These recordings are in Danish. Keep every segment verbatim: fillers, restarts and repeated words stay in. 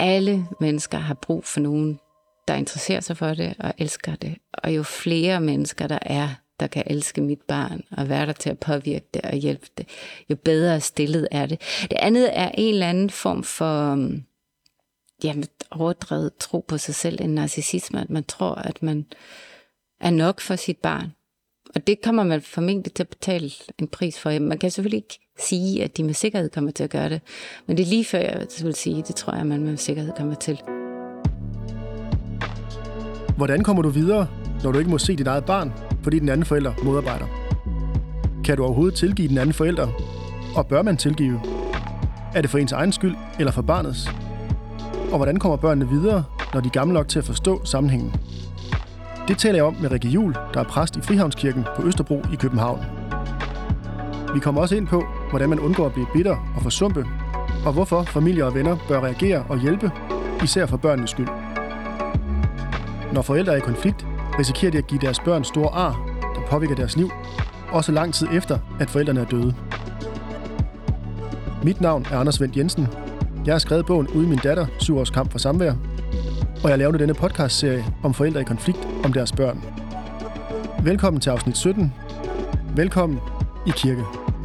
alle mennesker har brug for nogen, der interesserer sig for det og elsker det. Og jo flere mennesker der er, der kan elske mit barn og være der til at påvirke det og hjælpe det, jo bedre stillet er det. Det andet er en eller anden form for jamen, overdrevet tro på sig selv, en narcissisme, at man tror, at man er nok for sit barn. Og det kommer man formentlig til at betale en pris for. Man kan selvfølgelig ikke sige, at de med sikkerhed kommer til at gøre det. Men det er lige før, jeg vil sige, det tror jeg, man med sikkerhed kommer til. Hvordan kommer du videre, når du ikke må se dit eget barn, fordi den anden forælder modarbejder? Kan du overhovedet tilgive den anden forælder? Og bør man tilgive? Er det for ens egen skyld eller for barnets? Og hvordan kommer børnene videre, når de er gamle nok til at forstå sammenhængen? Det taler jeg om med Rikke Juhl, der er præst i Frihavnskirken på Østerbro i København. Vi kommer også ind på, hvordan man undgår at blive bitter og forsumpe, og hvorfor familier og venner bør reagere og hjælpe, især for børnenes skyld. Når forældre er i konflikt, risikerer de at give deres børn store ar, der påvirker deres liv, også lang tid efter, at forældrene er døde. Mit navn er Anders Wendt Jensen. Jeg har skrevet bogen Uden min datter, syv års kamp for samvær, og jeg laver nu denne podcastserie om forældre i konflikt om deres børn. Velkommen til afsnit sytten. Velkommen i kirke.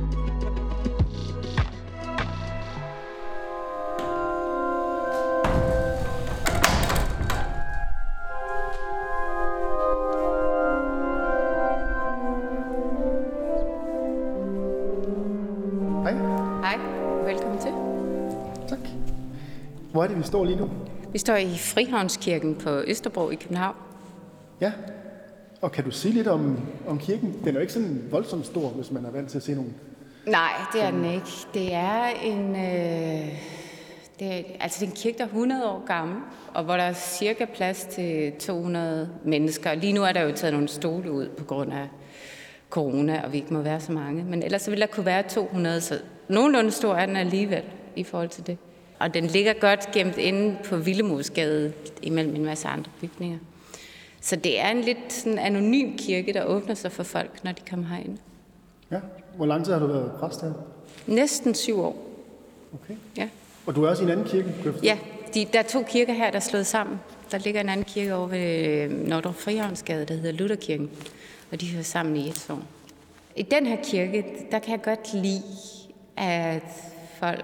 Hej. Hej, velkommen til. Tak. Hvor er det, vi står lige nu? Vi står i Frihavnskirken på Østerbro i København. Ja, og kan du sige lidt om, om kirken? Den er jo ikke sådan voldsomt stor, hvis man er vant til at se nogen. Nej, det er den ikke. Det er en, øh, det er, altså det er en kirke, der er hundrede år gammel, og hvor der er cirka plads til to hundrede mennesker. Lige nu er der jo taget nogle stole ud på grund af corona, og vi ikke må være så mange. Men ellers så vil der kunne være to hundrede, så nogenlunde stor er den alligevel i forhold til det. Og den ligger godt gemt inde på Villemosgade imellem en masse andre bygninger. Så det er en lidt sådan anonym kirke, der åbner sig for folk, når de kommer herind. Ja, hvor lang tid har du været præst her? Næsten syv år. Okay. Ja. Og du er også i en anden kirke? Ja, de, der er to kirker her, der er slået sammen. Der ligger en anden kirke over ved Nordre Frihavnsgade, der hedder Lutherkirken, og de hører sammen i et sogn. I den her kirke, der kan jeg godt lide, at folk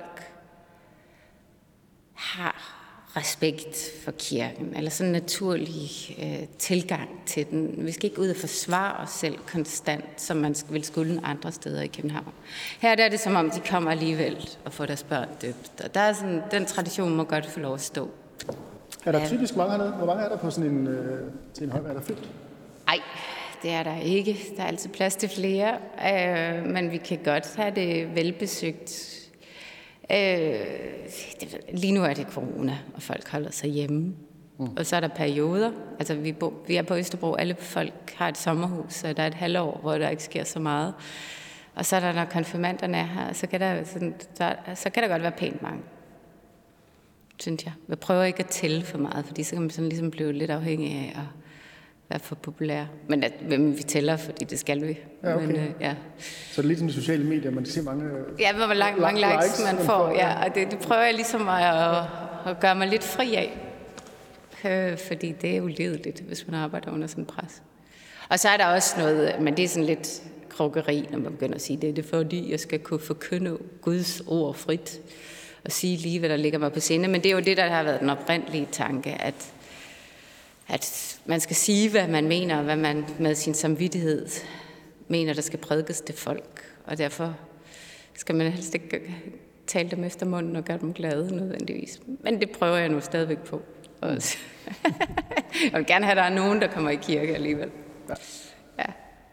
har respekt for kirken, eller sådan en naturlig øh, tilgang til den. Vi skal ikke ud og forsvare os selv konstant, som man vil skulle andre steder i København. Her der er det som om, de kommer alligevel og får deres børn døbt. Og der er sådan, den tradition må godt få lov at stå. Er der typisk mange hernede? Hvor mange er der på sådan en, øh, til en høj? Er der fyldt? Nej, det er der ikke. Der er altid plads til flere, øh, men vi kan godt have det velbesøgt. Øh, det, lige nu er det corona, og folk holder sig hjemme. Mm. Og så er der perioder. Altså, vi, bo, vi er på Østerbro, alle folk har et sommerhus, så der er et halvår, hvor der ikke sker så meget. Og så er der, når konfirmanderne er her, så kan der, sådan, der, så kan der godt være pænt mange, synes jeg. Jeg prøver ikke at tælle for meget, fordi så kan man sådan ligesom blive lidt afhængig af at være for populær. Men at, hvem vi tæller, fordi det skal vi. Ja, okay. Men, øh, ja. Så det er lidt som de sociale medier, man ser mange... Ja, hvor lang, mange likes, likes man får, ja. Og det, det prøver jeg ligesom at, at, at gøre mig lidt fri af. Øh, fordi det er jo ledeligt, hvis man arbejder under sådan en pres. Og så er der også noget, men det er sådan lidt krukkeri, når man begynder at sige det. Det er fordi, jeg skal kunne forkynde Guds ord frit og sige lige, hvad der ligger mig på sinde. Men det er jo det, der har været den oprindelige tanke, at at man skal sige, hvad man mener, og hvad man med sin samvittighed mener, der skal prædikes til folk. Og derfor skal man helst ikke tale dem efter munden og gøre dem glade nødvendigvis. Men det prøver jeg nu stadigvæk på. Også. Jeg vil gerne have, at der er nogen, der kommer i kirke alligevel. Ja. Ja.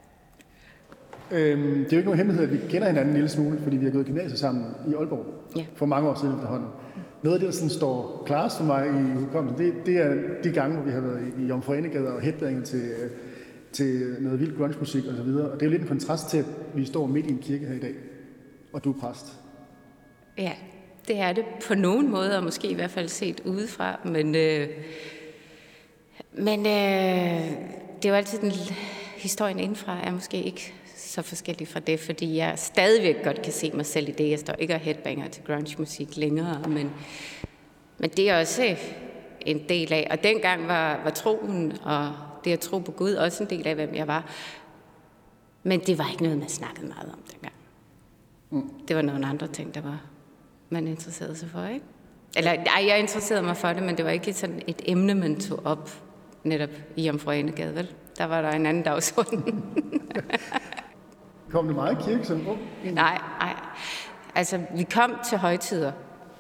Øhm, det er jo ikke nogen hemmelighed, at vi kender hinanden en lille smule, fordi vi har gået i gymnasiet sammen i Aalborg Ja. for mange år siden efterhånden. Noget af det, der sådan står klarest for mig i hukommelsen, det, det er de gange, hvor vi har været i, i Jomfru Ane-Gade og headbanger til, til noget vild grunge-musik og så videre. Og det er jo lidt en kontrast til, at vi står midt i en kirke her i dag, og du er præst. Ja, det er det på nogen måde, og måske i hvert fald set udefra. Men, øh, men øh, det er jo altid den historien indenfra, er måske ikke så forskellig fra det, fordi jeg stadigvæk godt kan se mig selv i det. Jeg står ikke og headbanger til grunge-musik længere, men, Men det er også en del af, og dengang var, var troen og det at tro på Gud også en del af, hvem jeg var. Men det var ikke noget, man snakkede meget om dengang. Mm. Det var nogle andre ting, der var, man interesserede sig for, ikke? Eller, ej, jeg interesserede mig for det, men det var ikke sådan et emne, man tog op netop i Jomfru Ane Gade, vel? Der var der en anden dagsorden. Kom det meget i kirke som ung? Nej, nej. Altså, vi kom til højtider.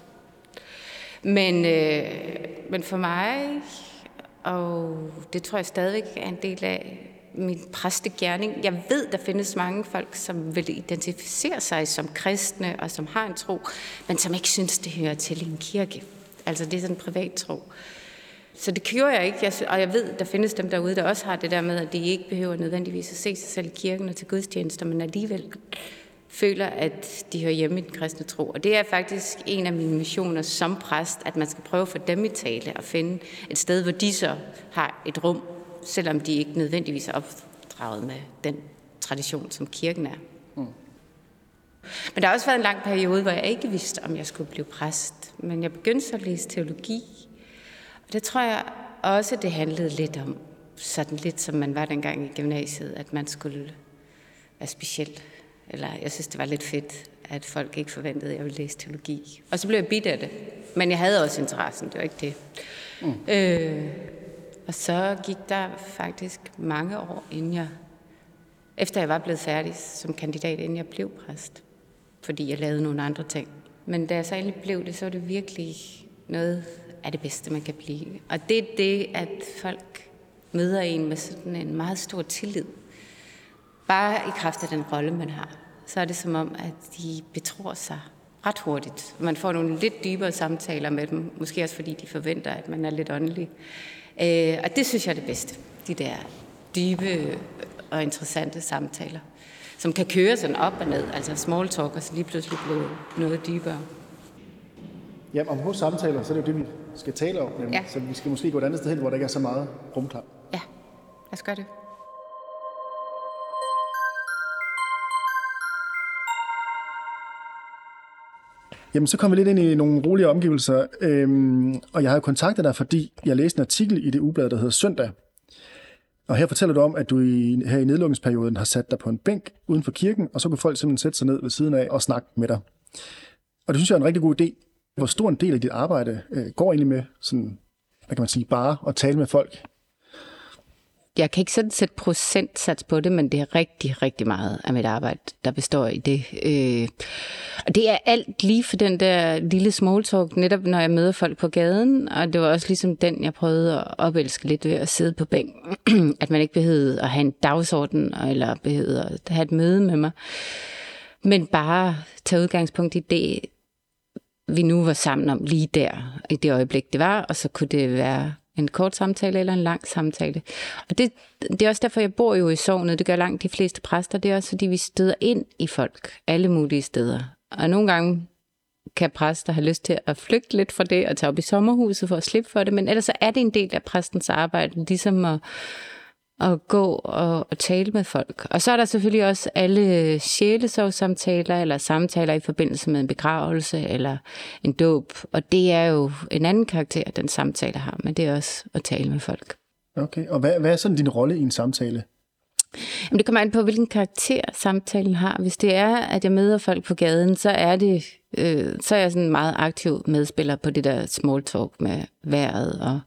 Men, øh, men for mig, og det tror jeg stadigvæk er en del af min præstegerning. Jeg ved, der findes mange folk, som vil identificere sig som kristne og som har en tro, men som ikke synes, det hører til i en kirke. Altså, det er sådan en privat tro. Så det gjorde jeg ikke, jeg, og jeg ved, der findes dem derude, der også har det der med, at de ikke behøver nødvendigvis at se sig selv i kirken og til gudstjenester, men alligevel føler, at de hører hjemme i den kristne tro. Og det er faktisk en af mine missioner som præst, at man skal prøve at få dem i tale og finde et sted, hvor de så har et rum, selvom de ikke nødvendigvis er opdraget med den tradition, som kirken er. Mm. Men der har også været en lang periode, hvor jeg ikke vidste, om jeg skulle blive præst. Men jeg begyndte så at læse teologi. Og det tror jeg også, det handlede lidt om, sådan lidt som man var dengang i gymnasiet, at man skulle være speciel. Eller jeg synes, det var lidt fedt, at folk ikke forventede, at jeg ville læse teologi. Og så blev jeg bidt af det. Men jeg havde også interessen, det var ikke det. Mm. Øh, og så gik der faktisk mange år, inden jeg, efter jeg var blevet færdig som kandidat, inden jeg blev præst. Fordi jeg lavede nogle andre ting. Men da jeg så endelig blev det, så var det virkelig noget af det bedste, man kan blive. Og det er det, at folk møder en med sådan en meget stor tillid. Bare i kraft af den rolle, man har, så er det som om, at de betror sig ret hurtigt. Man får nogle lidt dybere samtaler med dem, måske også fordi de forventer, at man er lidt åndelig. Øh, og det synes jeg er det bedste. De der dybe og interessante samtaler, som kan køre sådan op og ned, altså small talk, og så lige pludselig blive noget dybere. Ja, om hos samtaler, så er det jo det, vi skal tale om. Nemlig. Ja. Så vi skal måske gå et andet sted hen, hvor der ikke er så meget rumklam. Ja, lad os gøre det. Jamen, så kom vi lidt ind i nogle rolige omgivelser, øhm, og jeg har kontaktet dig, fordi jeg læste en artikel i det ugeblad, der hedder Søndag. Og her fortæller du om, at du i, her i nedlukningsperioden har sat dig på en bænk uden for kirken, og så kan folk simpelthen sætte sig ned ved siden af og snakke med dig. Og det synes jeg er en rigtig god idé. Hvor stor en del af dit arbejde øh, går egentlig med, sådan, hvad kan man sige, bare at tale med folk? Jeg kan ikke sådan sætte procentsats på det, men det er rigtig, rigtig meget af mit arbejde, der består i det. Øh, og det er alt lige for den der lille small talk, netop når jeg møder folk på gaden, og det var også ligesom den, jeg prøvede at opelske lidt ved at sidde på bænken. At man ikke behøvede at have en dagsorden, eller behøvede at have et møde med mig, men bare tage udgangspunkt i det, vi nu var sammen om lige der, i det øjeblik det var, og så kunne det være en kort samtale eller en lang samtale. Og det, det er også derfor, jeg bor jo i sognet. Det gør langt de fleste præster. Det er også, fordi vi støder ind i folk alle mulige steder. Og nogle gange kan præster have lyst til at flygte lidt fra det og tage op i sommerhuset for at slippe for det. Men ellers så er det en del af præstens arbejde, ligesom at, at gå og, og tale med folk. Og så er der selvfølgelig også alle sjælesorgssamtaler eller samtaler i forbindelse med en begravelse eller en dåb. Og det er jo en anden karakter, den samtale har, men det er også at tale med folk. Okay, og hvad, hvad er sådan din rolle i en samtale? Jamen, det kommer an på, hvilken karakter samtalen har. Hvis det er, at jeg møder folk på gaden, så er det øh, så er jeg sådan en meget aktiv medspiller på det der small talk med vejret og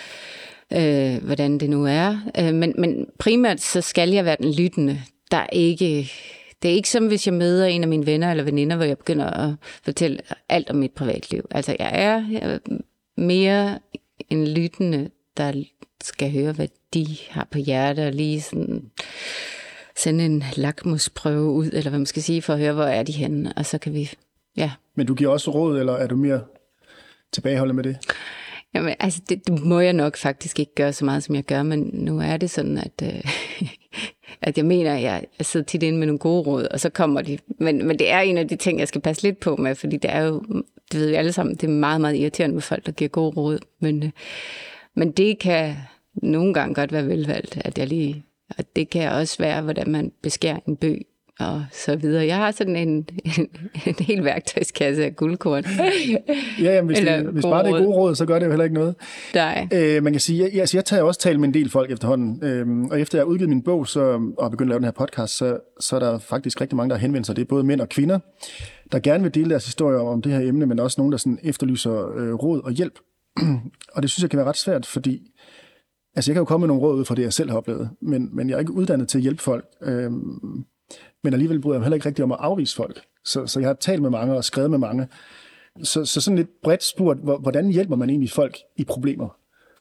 Øh, hvordan det nu er. Øh, men, men primært så skal jeg være den lyttende. Der er ikke, det er ikke som hvis jeg møder en af mine venner eller veninder, hvor jeg begynder at fortælle alt om mit privatliv. Altså jeg er, jeg er mere en lyttende, der skal høre, hvad de har på hjertet, og lige sådan sende en lakmusprøve ud, eller hvad man skal sige, for at høre, hvor er de henne, og så kan vi, ja. Men du giver også råd, eller er du mere tilbageholdet med det? Jamen, altså, det, det må jeg nok faktisk ikke gøre så meget, som jeg gør, men nu er det sådan, at, øh, at jeg mener, at jeg, jeg sidder tit inde med nogle gode råd, og så kommer de. Men, men det er en af de ting, jeg skal passe lidt på med, fordi det er jo, det ved vi alle sammen, det er meget, meget irriterende med folk, der giver gode råd. Men, øh, men det kan nogle gange godt være velvalgt, at jeg lige, og det kan også være, hvordan man beskærer en bøg og så videre. Jeg har sådan en, en, en hel værktøjskasse af guldkorn. Ja, jamen, hvis, det, hvis bare det er gode råd, så gør det jo heller ikke noget. Nej. Øh, man kan sige, jeg, altså, jeg tager også talt med en del folk efterhånden, øh, og efter jeg har udgivet min bog så, og begyndt at lave den her podcast, så, så er der faktisk rigtig mange, der har henvendt sig. Det er både mænd og kvinder, der gerne vil dele deres historier om det her emne, men også nogen, der sådan efterlyser øh, råd og hjælp. Og det synes jeg kan være ret svært, fordi altså, jeg kan jo komme med nogle råd ud fra det, jeg selv har oplevet, men, men jeg er ikke uddannet til at hjælpe folk. Øh, men alligevel bryder jeg mig heller ikke rigtig om at afvise folk. Så, så jeg har talt med mange og skrevet med mange. Så, så sådan lidt bredt spurgt, hvordan hjælper man egentlig folk i problemer?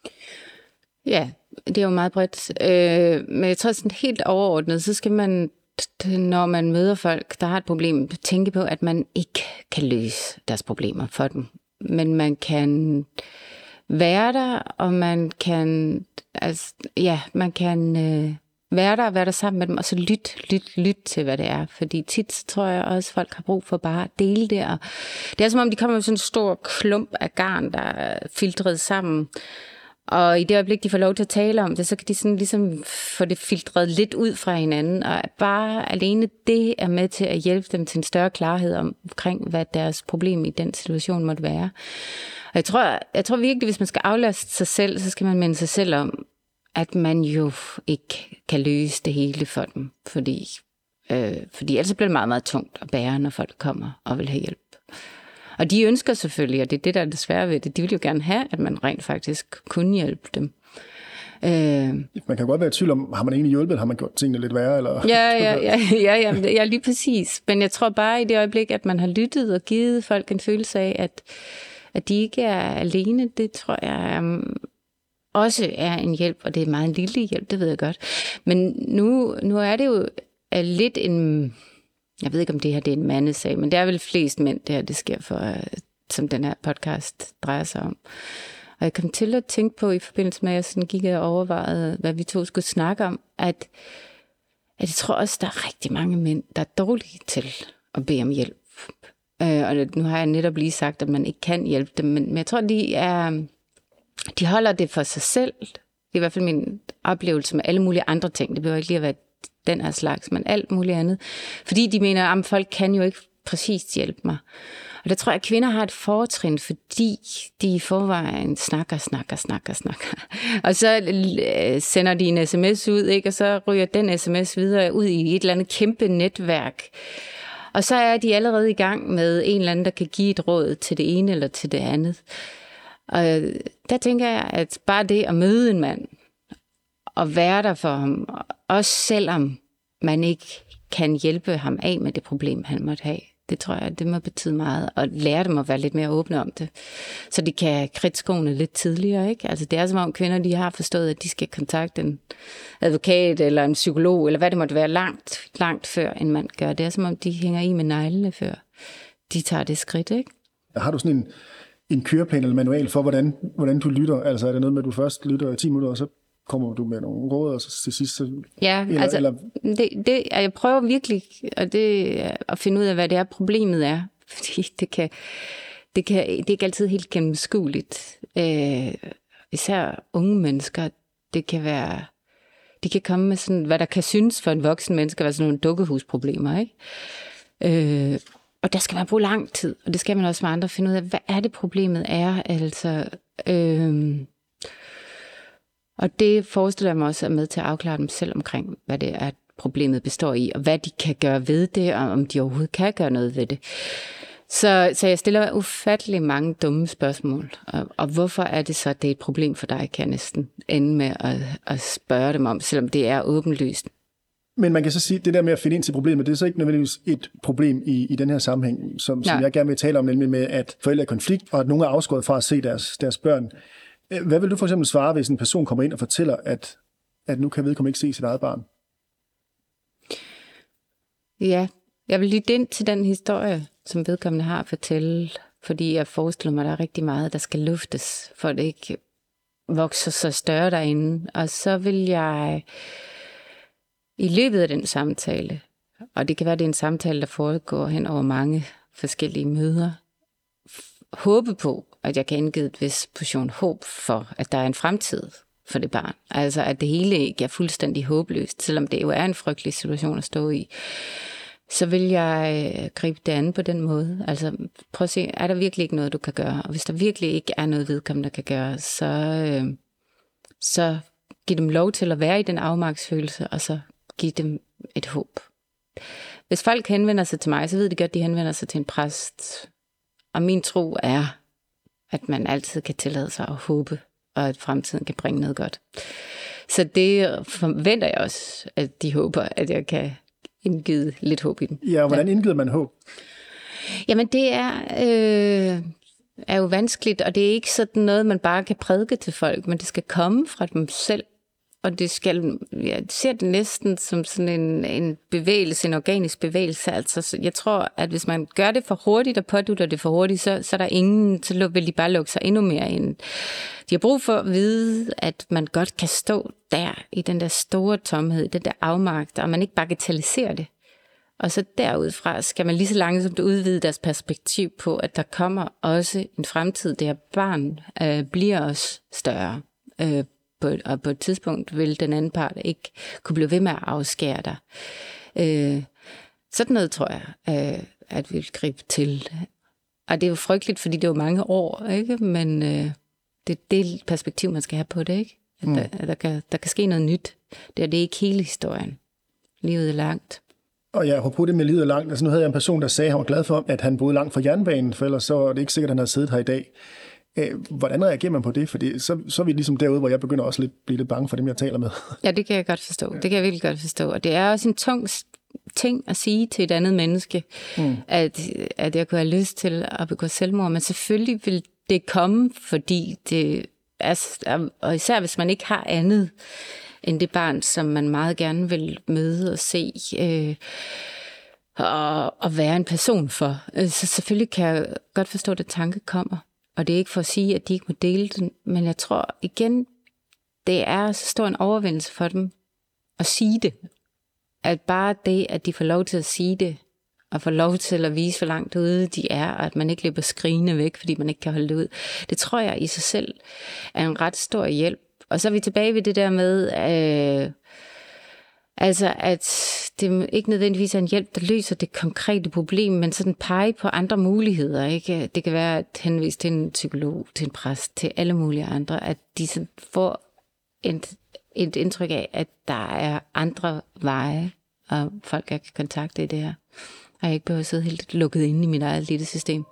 Ja, det er jo meget bredt. Øh, men jeg tror sådan helt overordnet, så skal man, når man møder folk, der har et problem, tænke på, at man ikke kan løse deres problemer for dem. Men man kan være der, og man kan, altså, ja, man kan øh, være der og være der sammen med dem, og så lyt, lyt, lyt til, hvad det er. Fordi tit så tror jeg også, folk har brug for bare at dele det. Og det er som om, de kommer med sådan en stor klump af garn, der er filtreret sammen. Og i det øjeblik, de får lov til at tale om det, så kan de sådan ligesom få det filtreret lidt ud fra hinanden. Og bare alene det er med til at hjælpe dem til en større klarhed omkring, hvad deres problem i den situation måtte være. Og jeg tror, jeg tror virkelig, hvis man skal aflaste sig selv, så skal man minde sig selv om, at man jo ikke kan løse det hele for dem. Fordi, øh, fordi ellers bliver det meget, meget tungt at bære, når folk kommer og vil have hjælp. Og de ønsker selvfølgelig, og det er det, der er det svære ved det, de vil jo gerne have, at man rent faktisk kunne hjælpe dem. Øh, man kan godt være i tvivl om, har man egentlig hjulpet, har man gjort tingene lidt værre? Eller? Ja, ja, ja, ja, ja, ja, lige præcis. Men jeg tror bare i det øjeblik, at man har lyttet og givet folk en følelse af, at, at de ikke er alene, det tror jeg um, også er en hjælp, og det er meget en lille hjælp, det ved jeg godt. Men nu, nu er det jo er lidt en... Jeg ved ikke, om det her det er en mandesag, men det er vel flest mænd, det her det sker for, som den her podcast drejer sig om. Og jeg kom til at tænke på, i forbindelse med, at jeg sådan gik og overvejede, hvad vi to skulle snakke om, at, at jeg tror også, der er rigtig mange mænd, der er dårlige til at bede om hjælp. Øh, og nu har jeg netop lige sagt, at man ikke kan hjælpe dem, men, men jeg tror, de er, de holder det for sig selv. Det er i hvert fald min oplevelse med alle mulige andre ting. Det behøver ikke lige at være den her slags, men alt muligt andet. Fordi de mener, at folk kan jo ikke præcis hjælpe mig. Og der tror jeg, at kvinder har et fortrin, fordi de i forvejen snakker, snakker, snakker, snakker. Og så sender de en sms ud, ikke? Og så ryger den sms videre ud i et eller andet kæmpe netværk. Og så er de allerede i gang med en eller anden, der kan give et råd til det ene eller til det andet. Og der tænker jeg, at bare det at møde en mand, og være der for ham, også selvom man ikke kan hjælpe ham af med det problem, han måtte have. Det tror jeg, det må betyde meget, og lære dem at være lidt mere åbne om det, så de kan kridte skoene lidt tidligere, ikke? Altså det er som om kvinder, de har forstået, at de skal kontakte en advokat eller en psykolog, eller hvad det måtte være, langt, langt før en mand gør. Det er som om, de hænger i med neglene, før de tager det skridt, ikke? Har du sådan en, en køreplan eller manual for, hvordan, hvordan du lytter? Altså er det noget med, at du først lytter i ti minutter, og så kommer du med nogle råd, og så til sidst... Så, ja, eller, altså, eller... Det, det, jeg prøver virkelig at, det, at finde ud af, hvad det er, problemet er. Fordi det kan, det kan, det er ikke altid helt gennemskueligt. Øh, især unge mennesker, det kan være... De kan komme med sådan, hvad der kan synes for en voksen menneske, at være sådan nogle dukkehusproblemer, ikke? Øh, og der skal man bruge lang tid, og det skal man også med andre finde ud af, hvad er det, problemet er, altså... Øh, Og det forestiller jeg mig også er med til at afklare dem selv omkring, hvad det er, problemet består i, og hvad de kan gøre ved det, og om de overhovedet kan gøre noget ved det. Så, så jeg stiller ufattelig mange dumme spørgsmål. Og, og hvorfor er det så, at det er et problem for dig, kan jeg næsten ende med at, at spørge dem om, selvom det er åbenlyst. Men man kan så sige, at det der med at finde ind til problemet, det er så ikke nødvendigvis et problem i, i den her sammenhæng, som, som jeg gerne vil tale om, nemlig med, at forældre er i konflikt, og at nogen er afskåret fra at se deres, deres børn. Hvad vil du for eksempel svare, hvis en person kommer ind og fortæller, at, at nu kan vedkommende ikke se sit eget barn? Ja, jeg vil lytte ind til den historie, som vedkommende har at fortælle, fordi jeg forestiller mig, at der er rigtig meget, der skal luftes, for det ikke vokser så større derinde. Og så vil jeg i løbet af den samtale, og det kan være, det er en samtale, der foregår hen over mange forskellige møder, håbe på, at jeg kan indgive et vis portion håb for, at der er en fremtid for det barn. Altså, at det hele ikke er fuldstændig håbløst, selvom det jo er en frygtelig situation at stå i. så vil jeg øh, gribe det an på den måde. Altså prøv at se, er der virkelig ikke noget, du kan gøre? Og hvis der virkelig ikke er noget vedkommende, der kan gøre, så, øh, så giv dem lov til at være i den afmagtsfølelse, og så giv dem et håb. Hvis folk henvender sig til mig, så ved de godt, at de henvender sig til en præst. Og min tro er, at man altid kan tillade sig at håbe, og at fremtiden kan bringe noget godt. Så det forventer jeg også, at de håber, at jeg kan indgive lidt håb i dem. Ja, og hvordan indgiver man håb? Jamen det er, øh, er jo vanskeligt, og det er ikke sådan noget, man bare kan prædike til folk, men det skal komme fra dem selv. Og det skal, jeg ser det næsten som sådan en, en bevægelse, en organisk bevægelse. Altså, jeg tror, at hvis man gør det for hurtigt og pådutter det for hurtigt, så, så er der ingen, så vil de bare lukke sig endnu mere ind. De har brug for at vide, at man godt kan stå der i den der store tomhed, den der afmagt, og man ikke bagatelliserer det. Og så derudfra skal man lige så langsomt udvide deres perspektiv på, at der kommer også en fremtid, det her barn øh, bliver også større. Øh, på, og på et tidspunkt vil den anden part ikke kunne blive ved med at afskære dig. Øh, sådan noget tror jeg, øh, at vi vil gribe til. Og det er jo frygteligt, fordi det er jo mange år, ikke? Men øh, det er det perspektiv, man skal have på det, ikke? At, mm. der, at der, kan, der kan ske noget nyt. Det er, det er ikke hele historien. Livet er langt. Og ja, apropos det med livet er langt. Altså nu havde jeg en person, der sagde, at han var glad for, at han boede langt fra jernbanen, for ellers så er det ikke sikkert, at han havde siddet her i dag. Hvordan reagerer man på det? Fordi så, så er vi ligesom derude, hvor jeg begynder også lidt blive lidt bange for dem, jeg taler med. Ja, det kan jeg godt forstå. Det kan jeg virkelig godt forstå. Og det er også en tung ting at sige til et andet menneske, mm. at, at jeg kunne have lyst til at begå selvmord. Men selvfølgelig vil det komme, fordi det er, og især hvis man ikke har andet end det barn, som man meget gerne vil møde og se, øh, og, og være en person for. Så selvfølgelig kan jeg godt forstå, at det tanke kommer. Og det er ikke for at sige, at de ikke må dele den, men jeg tror igen, det er så stor en overvindelse for dem at sige det. At bare det, at de får lov til at sige det, og får lov til at vise, hvor langt ude de er, og at man ikke løber skrigende væk, fordi man ikke kan holde det ud. Det tror jeg i sig selv er en ret stor hjælp. Og så er vi tilbage ved det der med, øh, altså at det ikke nødvendigvis er en hjælp, der løser det konkrete problem, men sådan pege på andre muligheder. Ikke? Det kan være at henvise til en psykolog, til en præst, til alle mulige andre, at de sådan får et, et indtryk af, at der er andre veje, og folk jeg kan kontakte i det her. Og jeg ikke behøver at sidde helt lukket inde i mit eget lille system.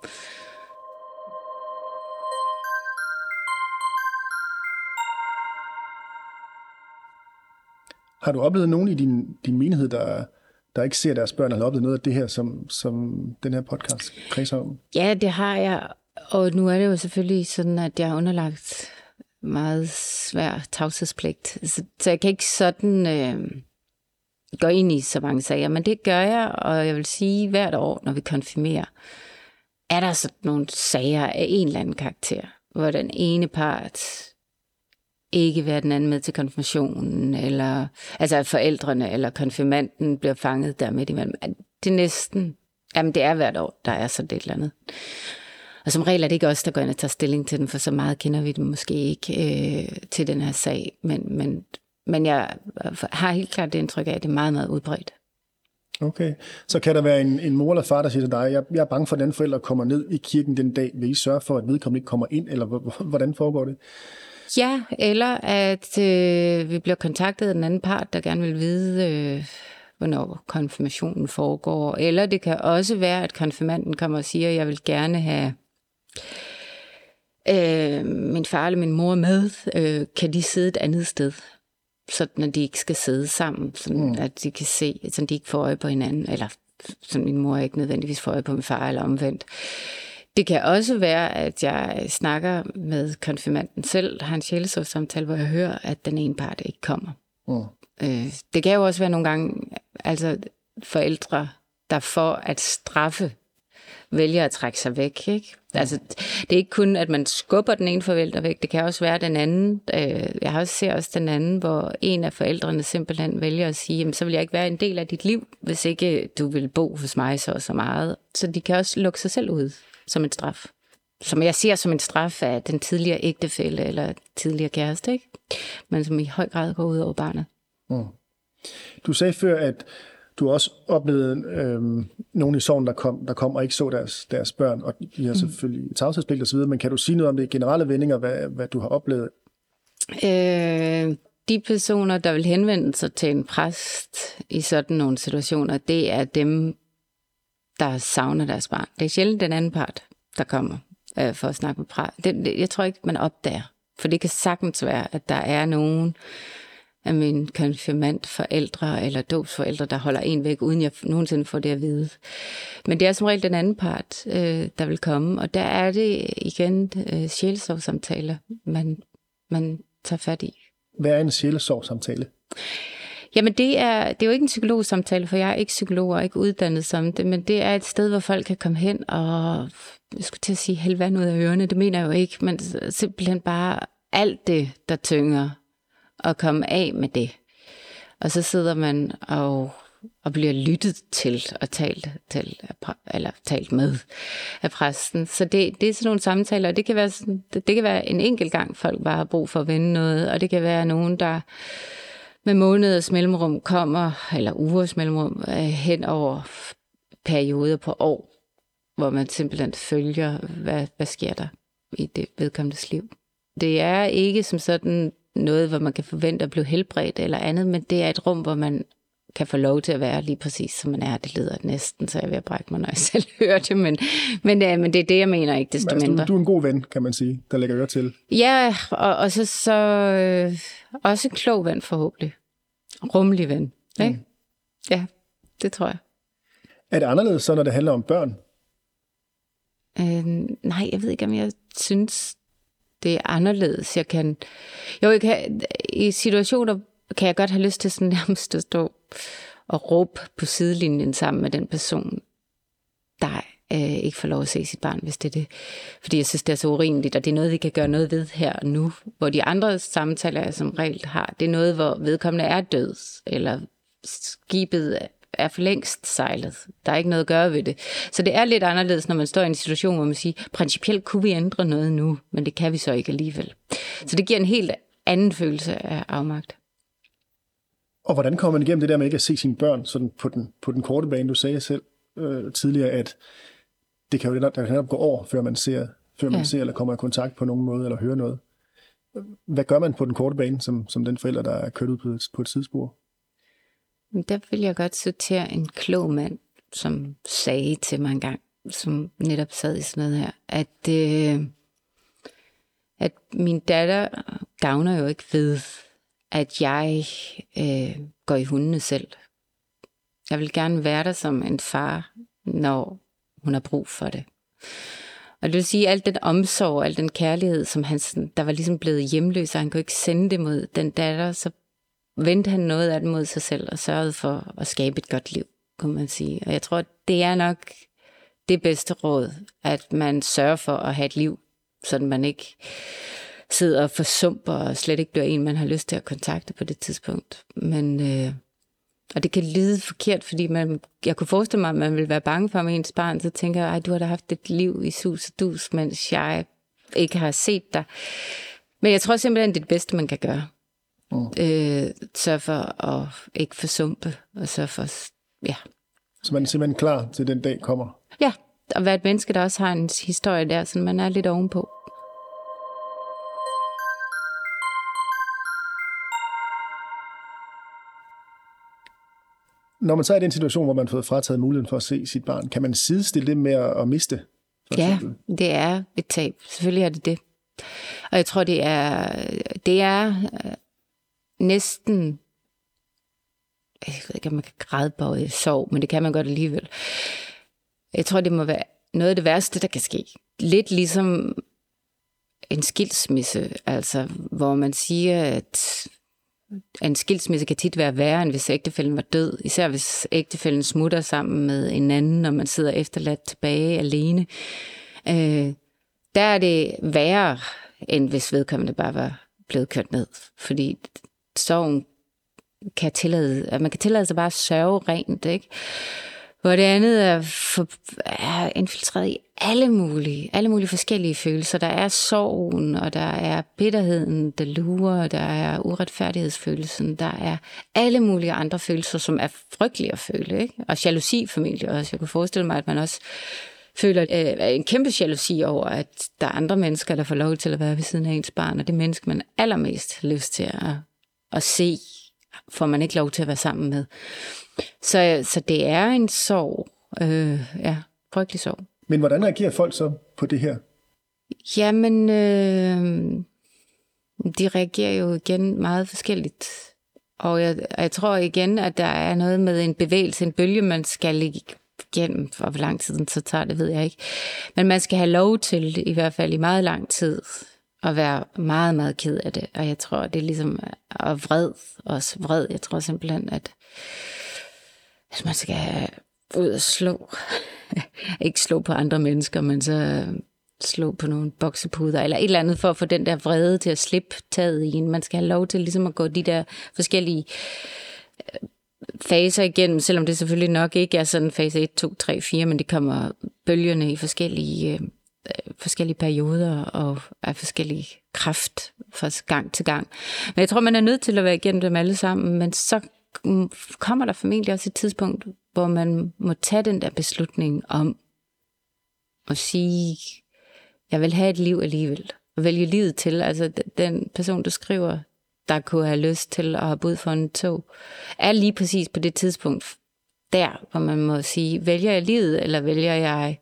Har du oplevet nogen i din, din menighed, der, der ikke ser deres børn, eller har oplevet noget af det her, som, som den her podcast kredser om? Ja, det har jeg. Og nu er det jo selvfølgelig sådan, at jeg har underlagt meget svær tavshedspligt. Så, så jeg kan ikke sådan øh, gå ind i så mange sager. Men det gør jeg, og jeg vil sige, hvert år, når vi konfirmerer, er der sådan nogle sager af en eller anden karakter, hvor den ene part ikke være den anden med til konfirmationen, eller altså forældrene eller konfirmanden bliver fanget der midt imellem. Det er næsten, jamen det er hvert år, der er sådan et eller andet. Og som regel er det ikke os, der går ind og tager stilling til den, for så meget kender vi dem måske ikke øh, til den her sag. Men, men, men jeg har helt klart det indtryk af, at det er meget, meget udbredt. Okay, så kan der være en, en mor eller far, der siger til dig, jeg, jeg er bange for, at den forælder kommer ned i kirken den dag. Vil I sørge for, at vedkommende ikke kommer ind, eller hvordan foregår det? Ja, eller at øh, vi bliver kontaktet af den anden part, der gerne vil vide, øh, hvornår konfirmationen foregår. Eller det kan også være, at konfirmanden kommer og siger, at jeg vil gerne have øh, min far eller min mor med. Øh, kan de sidde et andet sted, sådan at de ikke skal sidde sammen, sådan mm. at de kan se, sådan de ikke får øje på hinanden, eller sådan min mor ikke nødvendigvis får øje på min far, eller omvendt. Det kan også være, at jeg snakker med konfirmanden selv, har en sjælesorgssamtale, hvor jeg hører, at den ene part ikke kommer. Mm. Øh, det kan jo også være nogle gange, altså forældre, der for at straffe, vælger at trække sig væk. Ikke? Mm. Altså, det er ikke kun, at man skubber den ene forælder væk, det kan også være den anden. Øh, jeg har også ser også den anden, hvor en af forældrene simpelthen vælger at sige, jamen, så vil jeg ikke være en del af dit liv, hvis ikke du vil bo hos mig så og så meget. Så de kan også lukke sig selv ud som en straf. Som jeg ser som en straf af den tidligere ægtefælle eller tidligere kæreste, ikke? Men som i høj grad går ud over barnet. Mm. Du sagde før, at Du har også oplevet øh, nogen i sorgen, der kom, der kom og ikke så deres, deres børn, og de har selvfølgelig mm. tavshedspligt og så videre, men kan du sige noget om det generelle vendinger, hvad, hvad du har oplevet? Øh, de personer, der vil henvende sig til en præst i sådan nogle situationer, det er dem, der savner deres barn. Det er sjældent den anden part, der kommer øh, for at snakke med præst. Det, det, jeg tror ikke, man opdager, for det kan sagtens være, at der er nogen af mine konfirmandforældre eller dåbsforældre, der holder en væk, uden jeg nogensinde får det at vide. Men det er som regel den anden part, øh, der vil komme, og der er det igen øh, sjælesorgssamtaler, man, man tager fat i. Hvad er en sjælesorgssamtale? Jamen det er, det er jo ikke en psykologsamtale, for jeg er ikke psykolog og ikke uddannet som det, men det er et sted, hvor folk kan komme hen og, jeg skulle til at sige, hælde vand ud af ørerne, det mener jeg jo ikke, men simpelthen bare alt det, der tynger, og komme af med det. Og så sidder man og, og bliver lyttet til og talt, til, eller talt med af præsten. Så det, det er sådan nogle samtaler, og det kan være, sådan, det, det kan være en enkelt gang, folk bare har brug for at vende noget, og det kan være nogen, der med måneders mellemrum kommer, eller ugers mellemrum, hen over perioder på år, hvor man simpelthen følger, hvad, hvad sker der i det vedkommendes liv. Det er ikke som sådan noget, hvor man kan forvente at blive helbredt eller andet, men det er et rum, hvor man kan få lov til at være lige præcis, som man er. Det lyder næsten, så jeg er ved at brække mig, når jeg selv hører det, men, men, det, men det er det, jeg mener ikke, desto altså, mindre. Du, du er en god ven, kan man sige, der lægger øre til. Ja, og, og så, så øh, også en klog ven forhåbentlig. Rummelig ven, ikke? Mm. Ja, det tror jeg. Er det anderledes så, når det handler om børn? Øh, nej, jeg ved ikke, om jeg synes, det er anderledes. Jeg kan, jo, jeg kan, i situationer kan jeg godt have lyst til sådan nærmest at stå og råbe på sidelinjen sammen med den person, der øh, ikke får lov at se sit barn, hvis det er det. Fordi jeg synes, det er så urimeligt, og det er noget, vi kan gøre noget ved her og nu. Hvor de andre samtaler, jeg som regel har, det er noget, hvor vedkommende er død, eller skibet er for længst sejlet. Der er ikke noget at gøre ved det. Så det er lidt anderledes, når man står i en situation, hvor man siger, principielt kunne vi ændre noget nu, men det kan vi så ikke alligevel. Så det giver en helt anden følelse af afmagt. Og hvordan kommer man igennem det der med ikke at se sine børn sådan på den, på den korte bane? Du sagde selv øh, tidligere, at det kan jo der kan netop gå over, før man ser, før man ja. ser eller kommer i kontakt på nogen måde, eller hører noget. Hvad gør man på den korte bane, som, som den forælder, der er kørt ud på et, på et sidespor? Der vil jeg godt citere en klog mand, som sagde til mig en gang, som netop sad i sådan noget her, at, øh, at min datter gavner jo ikke ved, at jeg øh, går i hundene selv. Jeg vil gerne være der som en far, når hun har brug for det. Og det vil sige, at al den omsorg, al den kærlighed, som han, der var ligesom blevet hjemløs, og han kunne ikke sende det mod den datter, så vendte han noget af det mod sig selv, og sørgede for at skabe et godt liv, kunne man sige. Og jeg tror, det er nok det bedste råd, at man sørger for at have et liv, så man ikke sidder og forsumper, og slet ikke bliver en, man har lyst til at kontakte på det tidspunkt. Men, øh, og det kan lyde forkert, fordi man, jeg kunne forestille mig, at man vil være bange for med ens barn, så tænker jeg, at du har da haft et liv i sus og dus, mens jeg ikke har set dig. Men jeg tror simpelthen, det er det bedste, man kan gøre. Mm. Øh, sørg for at ikke forsumpe, og sørg for, ja. Så man er simpelthen klar til den dag kommer? Ja, og være et menneske, der også har en historie der, så man er lidt ovenpå. Når man så er i den situation, hvor man har fået frataget muligheden for at se sit barn, kan man sidestille det med at miste? Ja, det er et tab. Selvfølgelig er det det. Og jeg tror, det er, det er næsten, jeg ved ikke, om man kan grædebøje sorg, men det kan man godt alligevel. Jeg tror, det må være noget af det værste, der kan ske. Lidt ligesom en skilsmisse, altså, hvor man siger, at en skilsmisse kan tit være værre, end hvis ægtefælden var død. Især hvis ægtefælden smutter sammen med en anden, og man sidder efterladt tilbage alene. Øh, der er det værre, end hvis vedkommende bare var blevet kørt ned. Fordi sorgen kan tillade, at man kan tillade sig bare at sørge rent, ikke? Hvor det andet er, for, er infiltreret i alle mulige, alle mulige forskellige følelser. Der er sorgen, og der er bitterheden, der lurer, der er uretfærdighedsfølelsen, der er alle mulige andre følelser, som er frygtelige at føle. Ikke? Og jalousi formentlig også. Jeg kunne forestille mig, at man også føler øh, en kæmpe jalousi over, at der er andre mennesker, der får lov til at være ved siden af ens barn, og det menneske, man allermest har lyst til at, at se, får man ikke lov til at være sammen med. Så, så det er en sorg. Øh, ja, frygtelig sorg. Men hvordan reagerer folk så på det her? Jamen, øh, de reagerer jo igen meget forskelligt. Og jeg, jeg tror igen, at der er noget med en bevægelse, en bølge, man skal igennem. For hvor lang tid så tager det, ved jeg ikke. Men man skal have lov til, i hvert fald i meget lang tid, at være meget, meget ked af det. Og jeg tror, det er ligesom at vred, også vred. Jeg tror simpelthen, at hvis man skal ud og slå, ikke slå på andre mennesker, men så slå på nogle boksepuder, eller et eller andet, for at få den der vrede til at slippe taget i en. Man skal have lov til ligesom at gå de der forskellige faser igennem, selvom det selvfølgelig nok ikke er sådan fase et, to, tre, fire, men det kommer bølgerne i forskellige, øh, forskellige perioder og af forskellige kraft fra gang til gang. Men jeg tror, man er nødt til at være igennem dem alle sammen, men så kommer der formentlig også et tidspunkt, hvor man må tage den der beslutning om at sige, jeg vil have et liv alligevel, og vælge livet til. Altså den person, du skriver, der kunne have lyst til at have ud for en tog, er lige præcis på det tidspunkt der, hvor man må sige, vælger jeg livet, eller vælger jeg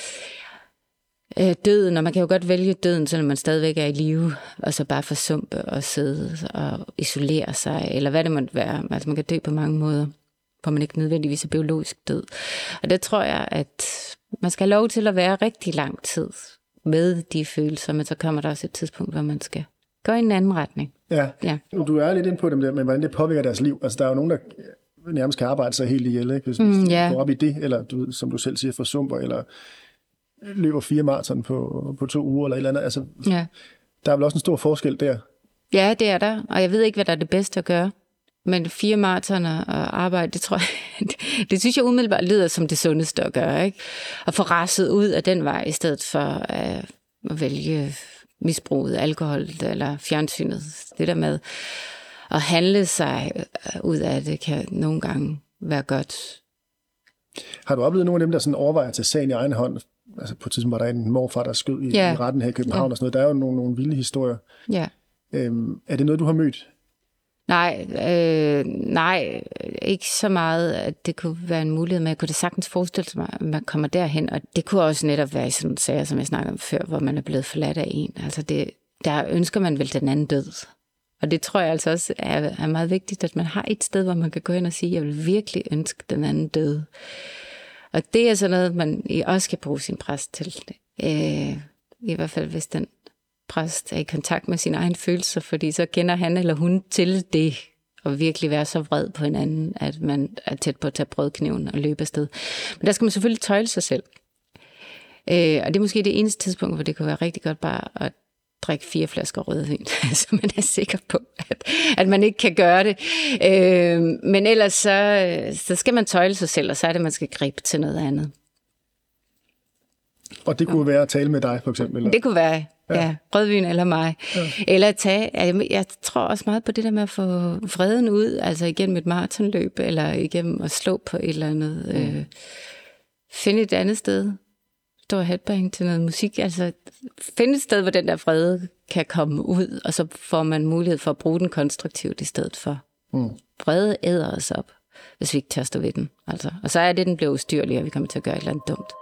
øh, døden? Og man kan jo godt vælge døden, selvom man stadigvæk er i live, og så bare forsumpe og sidde og isolere sig, eller hvad det måtte være. Altså man kan dø på mange måder, hvor man ikke nødvendigvis er biologisk død. Og det tror jeg, at man skal have lov til at være rigtig lang tid med de følelser, men så kommer der også et tidspunkt, hvor man skal gå i en anden retning. Ja, ja. Du er lidt inde på dem der, men hvordan det påvirker deres liv. Altså der er jo nogen, der nærmest kan arbejde sig helt ihjel, ikke? Hvis mm, de yeah. går op i det, eller du, som du selv siger, forsumper, eller løber fire maraton på, på to uger, eller et eller andet. Altså, ja. Der er vel også en stor forskel der. Ja, det er der, og jeg ved ikke, hvad der er det bedste at gøre. Men fire maratoner og arbejde, det tror jeg, det, det synes jeg umiddelbart lyder som det sundeste at gøre, ikke? At få rasset ud af den vej, i stedet for uh, at vælge misbruget, alkohol eller fjernsynet. Det der med at handle sig ud af det, kan nogle gange være godt. Har du oplevet nogle af dem, der sådan overvejer at tage sagen i egen hånd? Altså på et tidspunkt var der en morfar, der skød i, ja. i retten her i København ja. og sådan noget. Der er jo nogle, nogle vilde historier. Ja. Øhm, er det noget, du har mødt? Nej, øh, nej, ikke så meget, at det kunne være en mulighed, men jeg kunne da sagtens forestille mig, at man kommer derhen, og det kunne også netop være i sådan nogle sager, som jeg snakkede om før, hvor man er blevet forladt af en. Altså det, der ønsker man vel den anden død. Og det tror jeg altså også er, er meget vigtigt, at man har et sted, hvor man kan gå ind og sige, jeg vil virkelig ønske den anden død. Og det er sådan noget, man også kan bruge sin præst til. Øh, I hvert fald, hvis den præst er i kontakt med sine egne følelser, fordi så kender han eller hun til det, og virkelig være så vred på hinanden, at man er tæt på at tage brødkniven og løbe afsted. Men der skal man selvfølgelig tøjle sig selv. Øh, og det er måske det eneste tidspunkt, hvor det kunne være rigtig godt bare at drikke fire flasker rødvin, så man er sikker på, at, at man ikke kan gøre det. Øh, men ellers så, så skal man tøjle sig selv, og så er det, man skal gribe til noget andet. Og det kunne ja. være at tale med dig, for eksempel? Eller? Det kunne være, ja, ja rødvin eller mig. Ja. Eller tage, jeg tror også meget på det der med at få vreden ud, altså igennem et maratonløb, eller igennem at slå på et eller andet. Mm. Øh, finde et andet sted. Stå og headbang til noget musik. Altså finde et sted, hvor den der vrede kan komme ud, og så får man mulighed for at bruge den konstruktivt i stedet for. Mm. Vrede æder os op, hvis vi ikke tør stå ved den. Altså. Og så er det, den bliver ustyrlig, og vi kommer til at gøre et eller andet dumt.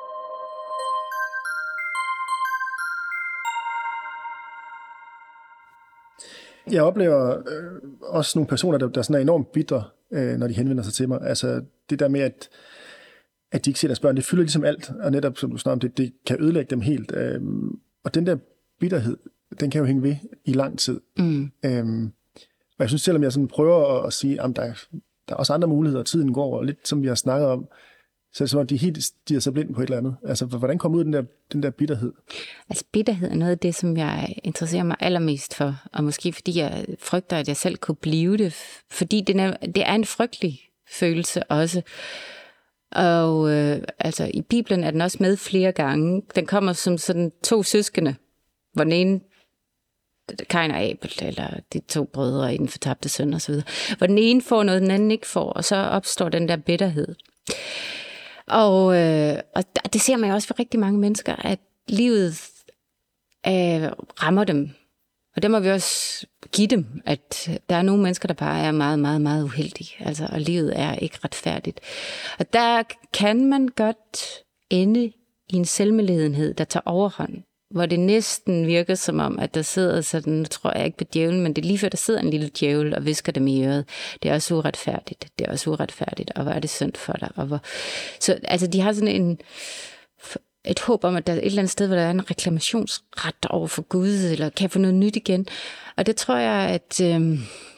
Jeg oplever øh, også nogle personer, der, der sådan er enormt bitre, øh, når de henvender sig til mig. Altså det der med, at, at de ikke ser deres børn, det fylder ligesom alt, og netop, som du snakker om, det, det kan ødelægge dem helt. Øh, og den der bitterhed, den kan jo hænge ved i lang tid. Mm. Øh, og jeg synes, selvom jeg sådan prøver at, at sige, at der, der er også andre muligheder, og tiden går, og lidt som vi har snakket om, så er det som om, de helt stiger sig blind på et eller andet. Altså, hvordan kommer ud den der, den der bitterhed? Altså, bitterhed er noget af det, som jeg interesserer mig allermest for. Og måske fordi jeg frygter, at jeg selv kunne blive det. Fordi det er, det er en frygtelig følelse også. Og øh, altså i Bibelen er den også med flere gange. Den kommer som sådan to søskende, hvor den ene, Kain og Abel, eller de to brødre i den fortabte søn og så videre, hvor den ene får noget, den anden ikke får, og så opstår den der bitterhed. Og, øh, og det ser man jo også for rigtig mange mennesker, at livet øh, rammer dem. Og der må vi også give dem, at der er nogle mennesker, der bare er meget, meget, meget uheldige. Altså, og livet er ikke retfærdigt. Og der kan man godt ende i en selvmedlidenhed, der tager overhånd. Hvor det næsten virker som om, at der sidder sådan, nu tror jeg ikke på djævlen, men det er lige før, der sidder en lille djævel og visker dem i øret. Det er også uretfærdigt. Det er også uretfærdigt. Og hvor er det synd for dig? Og hvor... Så altså, de har sådan en... et håb om, at der er et eller andet sted, hvor der er en reklamationsret over for Gud, eller kan få noget nyt igen. Og det tror jeg, at, øh,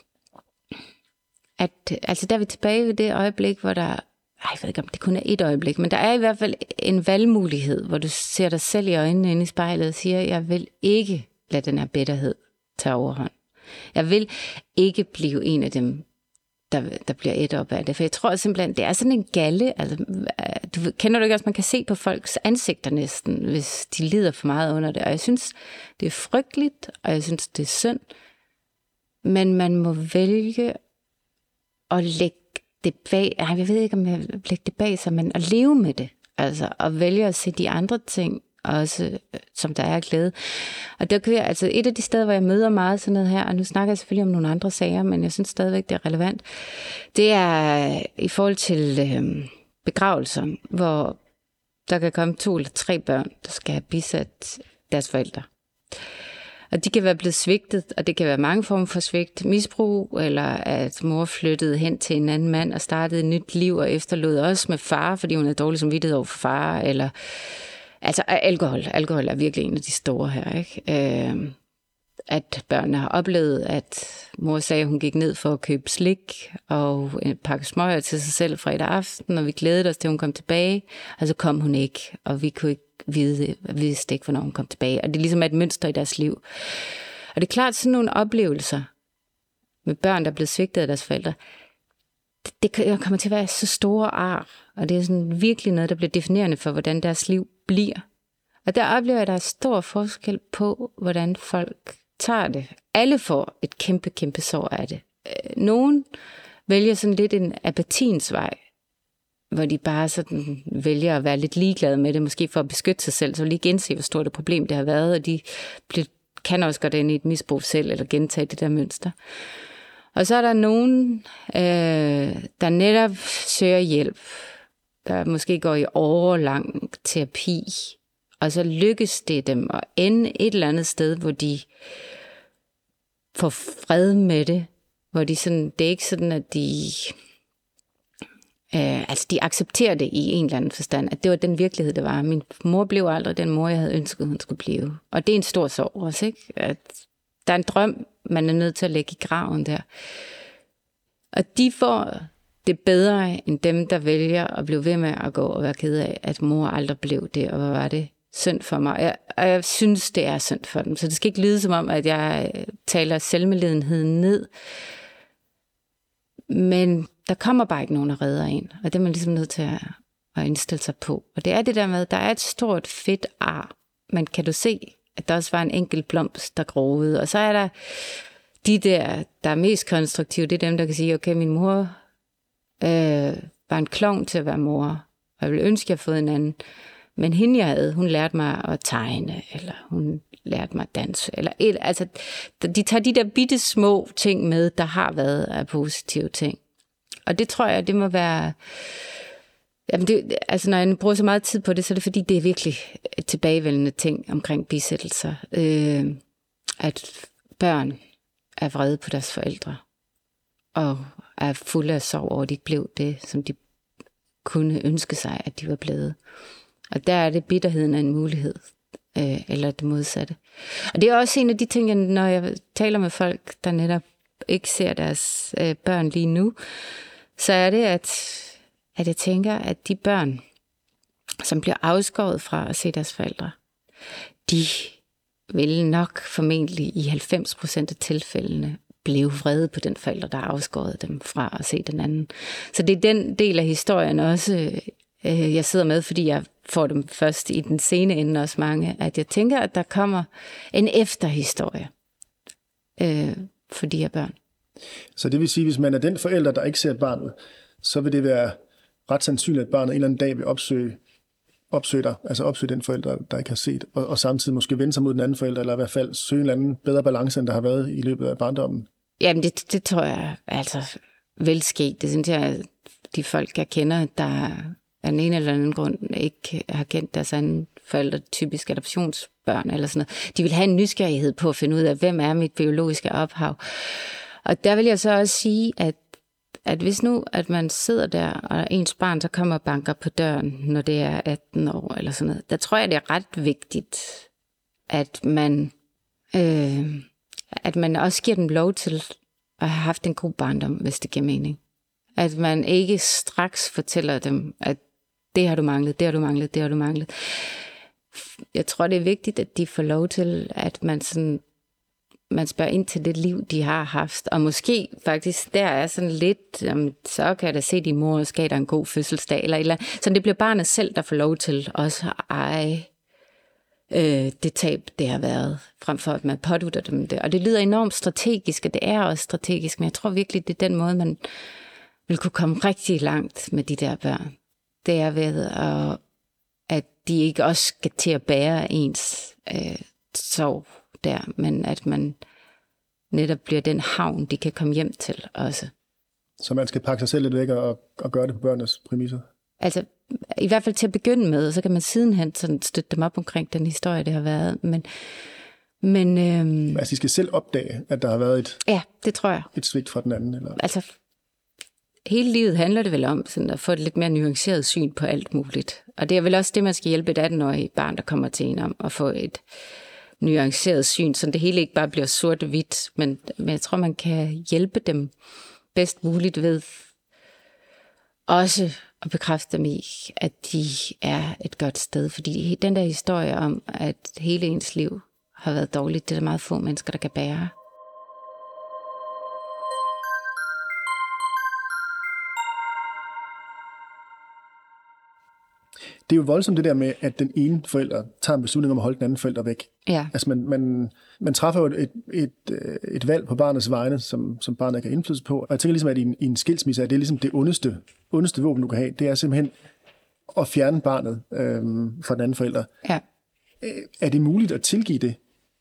at altså der er vi tilbage ved det øjeblik, hvor der, jeg ved ikke, om det kun er et øjeblik, men der er i hvert fald en valgmulighed, hvor du ser dig selv i øjnene inde i spejlet og siger, jeg vil ikke lade den her bitterhed tage overhånd. Jeg vil ikke blive en af dem, Der, der bliver et op af det. For jeg tror simpelthen, det er sådan en galle. Altså, du kender du ikke også, man kan se på folks ansigter næsten, hvis de lider for meget under det. Og jeg synes, det er frygteligt, og jeg synes, det er synd. Men man må vælge at lægge det bag... Ej, jeg ved ikke, om jeg vil lægge det bag sig, men at leve med det. Altså, at vælge at se de andre ting, også som der er glæde. Og der kan jeg, altså et af de steder, hvor jeg møder meget sådan noget her, og nu snakker jeg selvfølgelig om nogle andre sager, men jeg synes stadigvæk, det er relevant, det er i forhold til øh, begravelser, hvor der kan komme to eller tre børn, der skal have bisat deres forældre. Og de kan være blevet svigtet, og det kan være mange former for svigt, misbrug, eller at mor flyttede hen til en anden mand og startede et nyt liv, og efterlod også med far, fordi hun havde dårlig samvittighed over for far, eller altså alkohol. Alkohol er virkelig en af de store her, ikke? Øh, at børnene har oplevet, at mor sagde, at hun gik ned for at købe slik og en pakke smøger til sig selv fredag aften, og vi glædede os til, at hun kom tilbage, og så kom hun ikke, og vi kunne ikke vide, vidste ikke, hvornår hun kom tilbage. Og det er ligesom et mønster i deres liv. Og det er klart, sådan nogle oplevelser med børn, der er blevet svigtet af deres forældre, det kommer til at være så store ar, og det er sådan virkelig noget, der bliver definerende for, hvordan deres liv bliver. Og der oplever jeg, at der er stor forskel på, hvordan folk tager det. Alle får et kæmpe, kæmpe sår af det. Nogen vælger sådan lidt en apatiens vej, hvor de bare sådan vælger at være lidt ligeglade med det, måske for at beskytte sig selv, så lige gense, hvor stort et problem det har været, og de kan også godt ind i et misbrug selv, eller gentage det der mønster. Og så er der nogen, øh, der netop søger hjælp, der måske går i årelang terapi, og så lykkes det dem at ende et eller andet sted, hvor de får fred med det, hvor de sådan, det er ikke sådan, at de, øh, altså de accepterer det i en eller anden forstand, at det var den virkelighed, det var. Min mor blev aldrig den mor, jeg havde ønsket, hun skulle blive. Og det er en stor sorg også, ikke? At der er en drøm, man er nødt til at lægge i graven der. Og de får det bedre end dem, der vælger at blive ved med at gå og være ked af, at mor aldrig blev det, og hvad var det? Synd for mig. Og jeg, og jeg synes, det er synd for dem. Så det skal ikke lyde som om, at jeg taler selvmedlidenheden ned. Men der kommer bare ikke nogen, der redder en. Og det er man ligesom nødt til at, at indstille sig på. Og det er det der med, at der er et stort fedt ar. Men kan du se, at der også var en enkelt blomst, der groede. Og så er der de der, der er mest konstruktive, det er dem, der kan sige, okay, min mor øh, var en klovn til at være mor, og jeg ville ønske, at jeg havde fået en anden. Men hende, jeg havde, hun lærte mig at tegne, eller hun lærte mig at danse. Eller et, altså, de tager de der bitte små ting med, der har været af positive ting. Og det tror jeg, det må være... Jamen det, altså når jeg bruger så meget tid på det, så er det fordi, det er virkelig et tilbagevendende ting omkring bisættelser. Øh, at børn er vrede på deres forældre, og er fulde af sorg over, at de ikke blev det, som de kunne ønske sig, at de var blevet. Og der er det bitterheden af en mulighed, øh, eller det modsatte. Og det er også en af de ting, når jeg taler med folk, der netop ikke ser deres øh, børn lige nu, så er det, at, at jeg tænker, at de børn, som bliver afskåret fra at se deres forældre, de vil nok formentlig i halvfems procent af tilfældene blive vrede på den forælder, der har afskåret dem fra at se den anden. Så det er den del af historien også, øh, jeg sidder med, fordi jeg får dem først i den sene ende også mange, at jeg tænker, at der kommer en efterhistorie øh, for de her børn. Så det vil sige, hvis man er den forælder, der ikke ser barnet, så vil det være ret sandsynligt, at barnet en eller anden dag vil opsøge, opsøge dig, altså opsøge den forælder, der ikke har set, og, og samtidig måske vende sig mod den anden forælder, eller i hvert fald søge en eller anden bedre balance, end der har været i løbet af barndommen. Jamen, det, det tror jeg altså vel sket. Det synes jeg, de folk, jeg kender, der af den ene eller anden grund ikke har kendt deres anden forældre, typisk adoptionsbørn eller sådan noget, de vil have en nysgerrighed på at finde ud af, hvem er mit biologiske ophav. Og der vil jeg så også sige, at, at hvis nu, at man sidder der, og ens barn så kommer og banker på døren, når det er atten år eller sådan noget, der tror jeg, det er ret vigtigt, at man, øh, at man også giver dem lov til at have haft en god barndom, hvis det giver mening. At man ikke straks fortæller dem, at det har du manglet, det har du manglet, det har du manglet. Jeg tror, det er vigtigt, at de får lov til, at man sådan, man spørger ind til det liv, de har haft. Og måske faktisk, der er sådan lidt, um, så kan jeg da se, din mor skal der en god fødselsdag, eller eller så det bliver barnet selv, der får lov til også at eje øh, det tab, det har været, frem for at man pådutter dem det. Og det lyder enormt strategisk, og det er også strategisk, men jeg tror virkelig, det er den måde, man vil kunne komme rigtig langt med de der børn. Det er ved, at, at de ikke også skal til at bære ens øh, sorg der, men at man netop bliver den havn, de kan komme hjem til også. Så man skal pakke sig selv lidt væk og, og gøre det på børnenes præmisser? Altså, i hvert fald til at begynde med, så kan man sidenhen sådan støtte dem op omkring den historie, det har været. Men, men øhm, altså, de skal selv opdage, at der har været et, ja, det tror jeg. Et svigt fra den anden? Eller? Altså, hele livet handler det vel om sådan at få et lidt mere nuanceret syn på alt muligt. Og det er vel også det, man skal hjælpe et atten-årigt barn, der kommer til en om, at få et nuanceret syn, så det hele ikke bare bliver sort-hvidt, men, men jeg tror, man kan hjælpe dem bedst muligt ved også at bekræfte dem i, at de er et godt sted. Fordi den der historie om, at hele ens liv har været dårligt, det er der meget få mennesker, der kan bære. Det er jo voldsomt det der med, at den ene forælder tager en beslutning om at holde den anden forælder væk. Ja. Altså man, man, man træffer jo et, et, et valg på barnets vegne, som, som barnet kan indflydelse på. Og jeg tænker ligesom, at i en, i en skilsmisse er det ligesom det ondeste, ondeste våben, du kan have. Det er simpelthen at fjerne barnet øhm, fra den anden forælder. Ja. Er det muligt at tilgive det?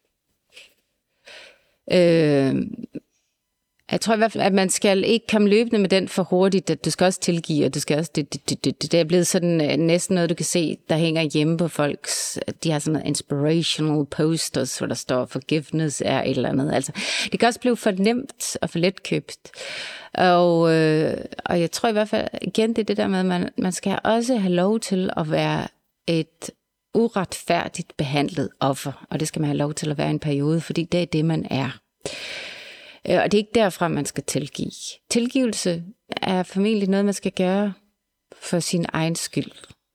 Øh... Jeg tror i hvert fald, at man skal ikke komme løbende med den for hurtigt, at du skal også tilgive, og du skal også, det, det, det, det, det er blevet sådan næsten noget, du kan se, der hænger hjemme på folks, de har sådan noget inspirational posters, hvor der står, forgiveness er et eller andet. Altså, det kan også blive for nemt og for letkøbt. Og, øh, og jeg tror i hvert fald, igen, det er det der med, at man, man skal også have lov til at være et uretfærdigt behandlet offer, og det skal man have lov til at være en periode, fordi det er det, man er. Og det er ikke derfra, man skal tilgive. Tilgivelse er formentlig noget, man skal gøre for sin egen skyld.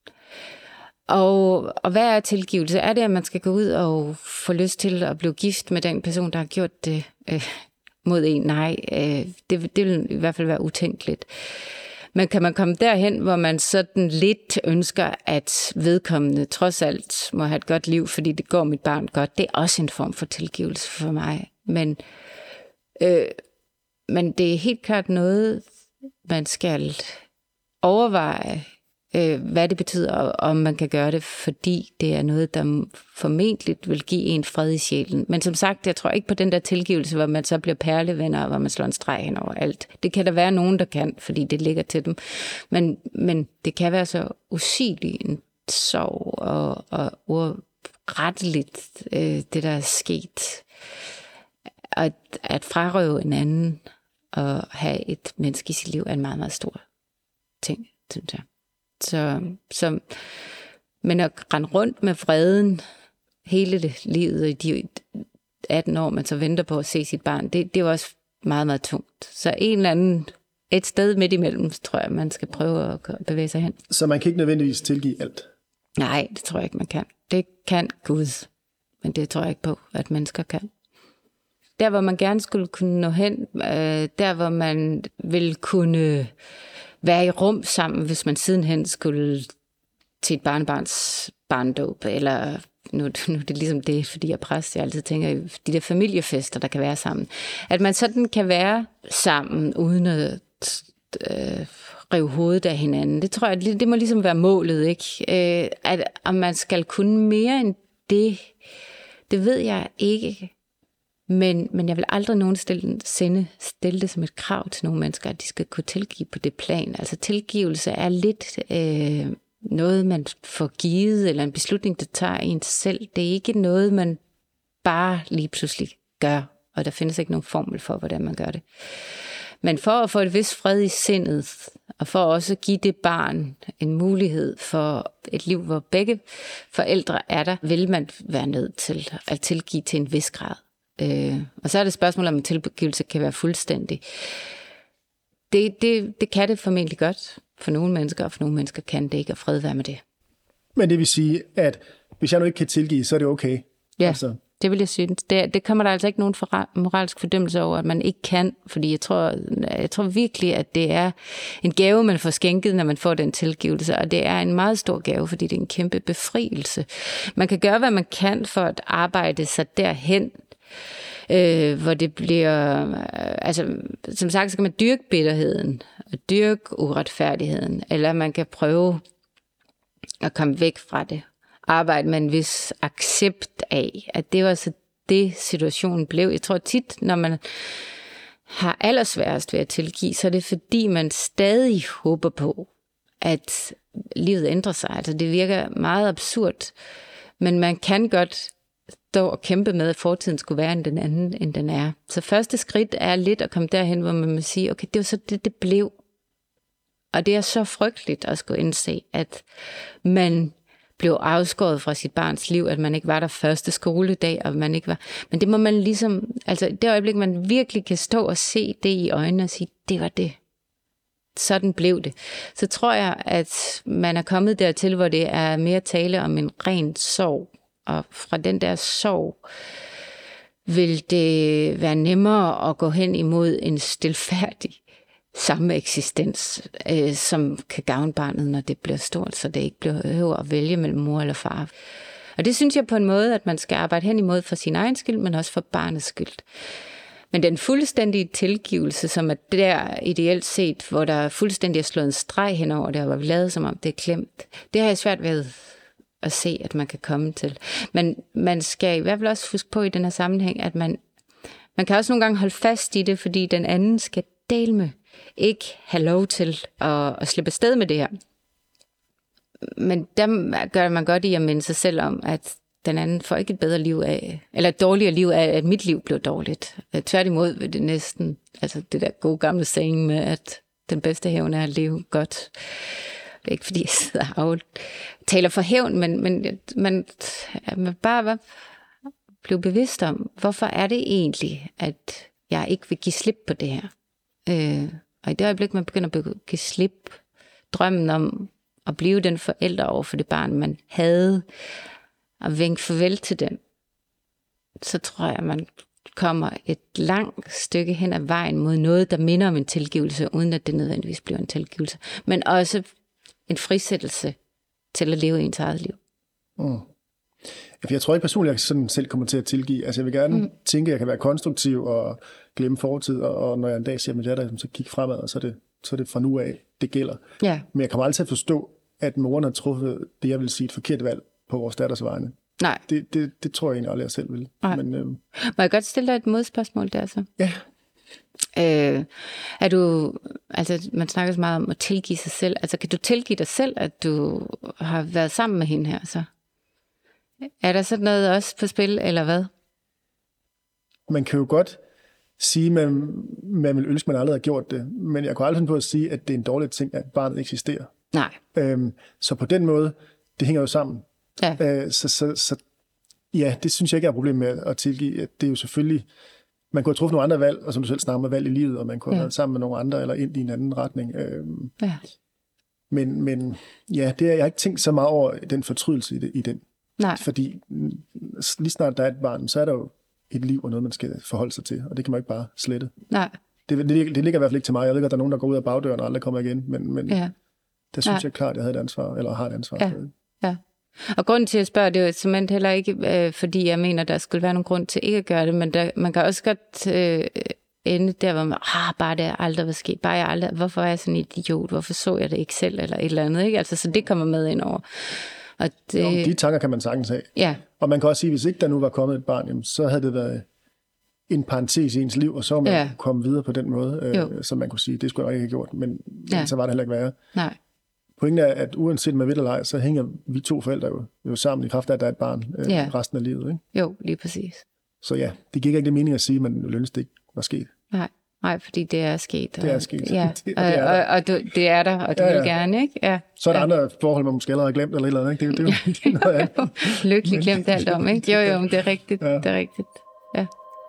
Og, og hvad er tilgivelse? Er det, at man skal gå ud og få lyst til at blive gift med den person, der har gjort det øh, mod en? Nej, øh, det, det vil i hvert fald være utænkeligt. Men kan man komme derhen, hvor man sådan lidt ønsker, at vedkommende trods alt må have et godt liv, fordi det går mit barn godt, det er også en form for tilgivelse for mig. Men Øh, men det er helt klart noget, man skal overveje, øh, hvad det betyder, og om man kan gøre det, fordi det er noget, der formentlig vil give en fred i sjælen. Men som sagt, jeg tror ikke på den der tilgivelse, hvor man så bliver perlevenner, og hvor man slår en streg hen over alt. Det kan der være nogen, der kan, fordi det ligger til dem. Men, men det kan være så usigeligt en sorg og, og uretteligt, øh, det der er sket. At, at frarøve en anden og have et menneske i sit liv er en meget, meget stor ting, synes jeg. Så, så, men at rende rundt med vreden hele det livet i de atten år, man så venter på at se sit barn, det, det er jo også meget, meget tungt. Så en eller anden, et sted midt imellem, tror jeg, man skal prøve at bevæge sig hen. Så man kan ikke nødvendigvis tilgive alt? Nej, det tror jeg ikke, man kan. Det kan Gud, men det tror jeg ikke på, at mennesker kan. Der, hvor man gerne skulle kunne nå hen, øh, der, hvor man ville kunne være i rum sammen, hvis man sidenhen skulle til et barnebarns barndåb, eller nu, nu er det ligesom det, fordi jeg er præst, jeg altid tænker, de der familiefester, der kan være sammen. At man sådan kan være sammen, uden at øh, rive hovedet af hinanden. Det tror jeg, det, det må ligesom være målet, ikke? Øh, at, at man skal kunne mere end det, det ved jeg ikke. Men, men jeg vil aldrig nogensinde stille det som et krav til nogle mennesker, at de skal kunne tilgive på det plan. Altså tilgivelse er lidt øh, noget, man får givet, eller en beslutning, der tager en selv. Det er ikke noget, man bare lige pludselig gør, og der findes ikke nogen formel for, hvordan man gør det. Men for at få et vis fred i sindet, og for også at give det barn en mulighed for et liv, hvor begge forældre er der, vil man være nødt til at tilgive til en vis grad. Øh, og så er det spørgsmål, om en tilgivelse kan være fuldstændig. Det, det, det kan det formentlig godt for nogle mennesker, og for nogle mennesker kan det ikke, og fred være med det. Men det vil sige, at hvis jeg nu ikke kan tilgive, så er det okay? Ja, altså. Det vil jeg synes. Det, det kommer der altså ikke nogen for, moralsk fordømmelse over, at man ikke kan, fordi jeg tror, jeg tror virkelig, at det er en gave, man får skænket, når man får den tilgivelse, og det er en meget stor gave, fordi det er en kæmpe befrielse. Man kan gøre, hvad man kan for at arbejde sig derhen, øh, hvor det bliver, øh, altså som sagt, så kan man dyrke bitterheden, og dyrke uretfærdigheden, eller man kan prøve at komme væk fra det. Arbejde med en vis accept af, at det var så det, situationen blev. Jeg tror tit, når man har allersværest ved at tilgive, så er det fordi, man stadig håber på, at livet ændrer sig. Altså det virker meget absurd, men man kan godt stå og kæmpe med, at fortiden skulle være end den anden, end den er. Så første skridt er lidt at komme derhen, hvor man må sige, okay, det var så det, det blev. Og det er så frygteligt at skulle indse, at man blev afskåret fra sit barns liv, at man ikke var der første skoledag, og man ikke var. Men det må man ligesom, altså det øjeblik, man virkelig kan stå og se det i øjnene og sige, det var det. Sådan blev det. Så tror jeg, at man er kommet dertil, hvor det er mere tale om en ren sorg. Og fra den der sorg vil det være nemmere at gå hen imod en stilfærdig samme eksistens, øh, som kan gavne barnet, når det bliver stort, så det ikke behøver at vælge mellem mor eller far. Og det synes jeg på en måde, at man skal arbejde hen imod for sin egen skyld, men også for barnets skyld. Men den fuldstændige tilgivelse, som er der ideelt set, hvor der fuldstændig er slået en streg henover det, og hvor vi lavede som om det er klemt, det har jeg svært ved at se, at man kan komme til. Men man skal i hvert fald også huske på i den her sammenhæng, at man, man kan også nogle gange holde fast i det, fordi den anden skal dele med ikke have lov til at, at slippe afsted med det her. Men der gør man godt i at minde sig selv om, at den anden får ikke et bedre liv af, eller et dårligere liv af, at mit liv blev dårligt. Tværtimod vil det næsten, altså det der gode gamle saying med, at den bedste hævn er at leve godt. Det er ikke fordi, jeg sidder og taler for hævn, men, men man, man bare blive bevidst om, hvorfor er det egentlig, at jeg ikke vil give slip på det her. Øh, og i det øjeblik, man begynder at give slip, drømmen om at blive den forælder over for det barn, man havde, og vinke farvel til den, så tror jeg, man kommer et langt stykke hen ad vejen mod noget, der minder om en tilgivelse, uden at det nødvendigvis bliver en tilgivelse, men også en frisættelse til at leve ens eget liv. Mm. Jeg tror ikke personligt, at jeg sådan selv kommer til at tilgive. Altså jeg vil gerne mm. tænke, at jeg kan være konstruktiv og glemme fortid, og, og når jeg en dag ser min datter, så kigge fremad, og så er det, så er det fra nu af, det gælder. Ja. Men jeg kommer aldrig til at forstå, at moren har truffet det, jeg vil sige, et forkert valg på vores datters vegne. Nej. Det, det, det tror jeg egentlig aldrig, jeg selv vil. Men, øhm... Må jeg godt stille dig et modspørgsmål der så? Ja. Øh, er du, altså man snakker så meget om at tilgive sig selv. Altså kan du tilgive dig selv, at du har været sammen med hende her så? Er der sådan noget også på spil, eller hvad? Man kan jo godt sige, at man, man vil ønske, at man aldrig har gjort det, men jeg kunne aldrig finde på at sige, at det er en dårlig ting, at barnet eksisterer. Nej. Øhm, så på den måde, det hænger jo sammen. Ja. Øh, så, så, så ja, det synes jeg ikke er et problem med at tilgive. Det er jo selvfølgelig, man kunne have truffet nogle andre valg, og som du selv snakker med, valg i livet, og man kunne have ja. været sammen med nogle andre, eller ind i en anden retning. Øhm, ja. Men, men ja, det er, jeg har ikke tænkt så meget over den fortrydelse i, det, i den. Nej. Fordi lige snart der er et barn, så er der jo et liv og noget, man skal forholde sig til, og det kan man ikke bare slette. Nej. Det, det, det ligger i hvert fald ikke til mig. Jeg ved ikke, at der er nogen, der går ud af bagdøren og aldrig kommer igen, men, men, ja. Der synes ja. jeg klart, at jeg havde et ansvar, eller har et ansvar. Ja, ja. Og grunden til at spørge, det er jo simpelthen heller ikke, øh, fordi jeg mener, der skulle være nogen grund til ikke at gøre det, men der, man kan også godt øh, ende der, hvor man, ah, bare det aldrig var sket, bare jeg aldrig, hvorfor er jeg sådan en idiot, hvorfor så jeg det ikke selv, eller et eller andet, ikke? Altså, så det kommer med ind over. Og det... jo, de tanker kan man sagtens have. Ja. Og man kan også sige, hvis ikke der nu var kommet et barn, jamen, så havde det været en parentes i ens liv, og så var man ja. komme videre på den måde, øh, som man kunne sige, det skulle jeg ikke have gjort, men, ja. men så var det heller ikke værre. Nej. Pointen er, at uanset med ved eller ej, så hænger vi to forældre jo, jo sammen i kraft af, at der er et barn øh, ja. resten af livet. Ikke? Jo, lige præcis. Så ja, det gik ikke det mening at sige, at man lønnes det ikke var sket. Nej, nej, fordi det er sket. Og, det er sket. Ja, det, og, og, det er og, og du, det er der, og du ja, ja. vil gerne, ikke? Ja. Så er der ja. andre forhold, man måske allerede har glemt, eller et eller andet, ikke? Det, det, det, det er noget andet. Lykkelig glemt alt om, ikke? Jo, jo, det er rigtigt, ja. det er rigtigt, ja.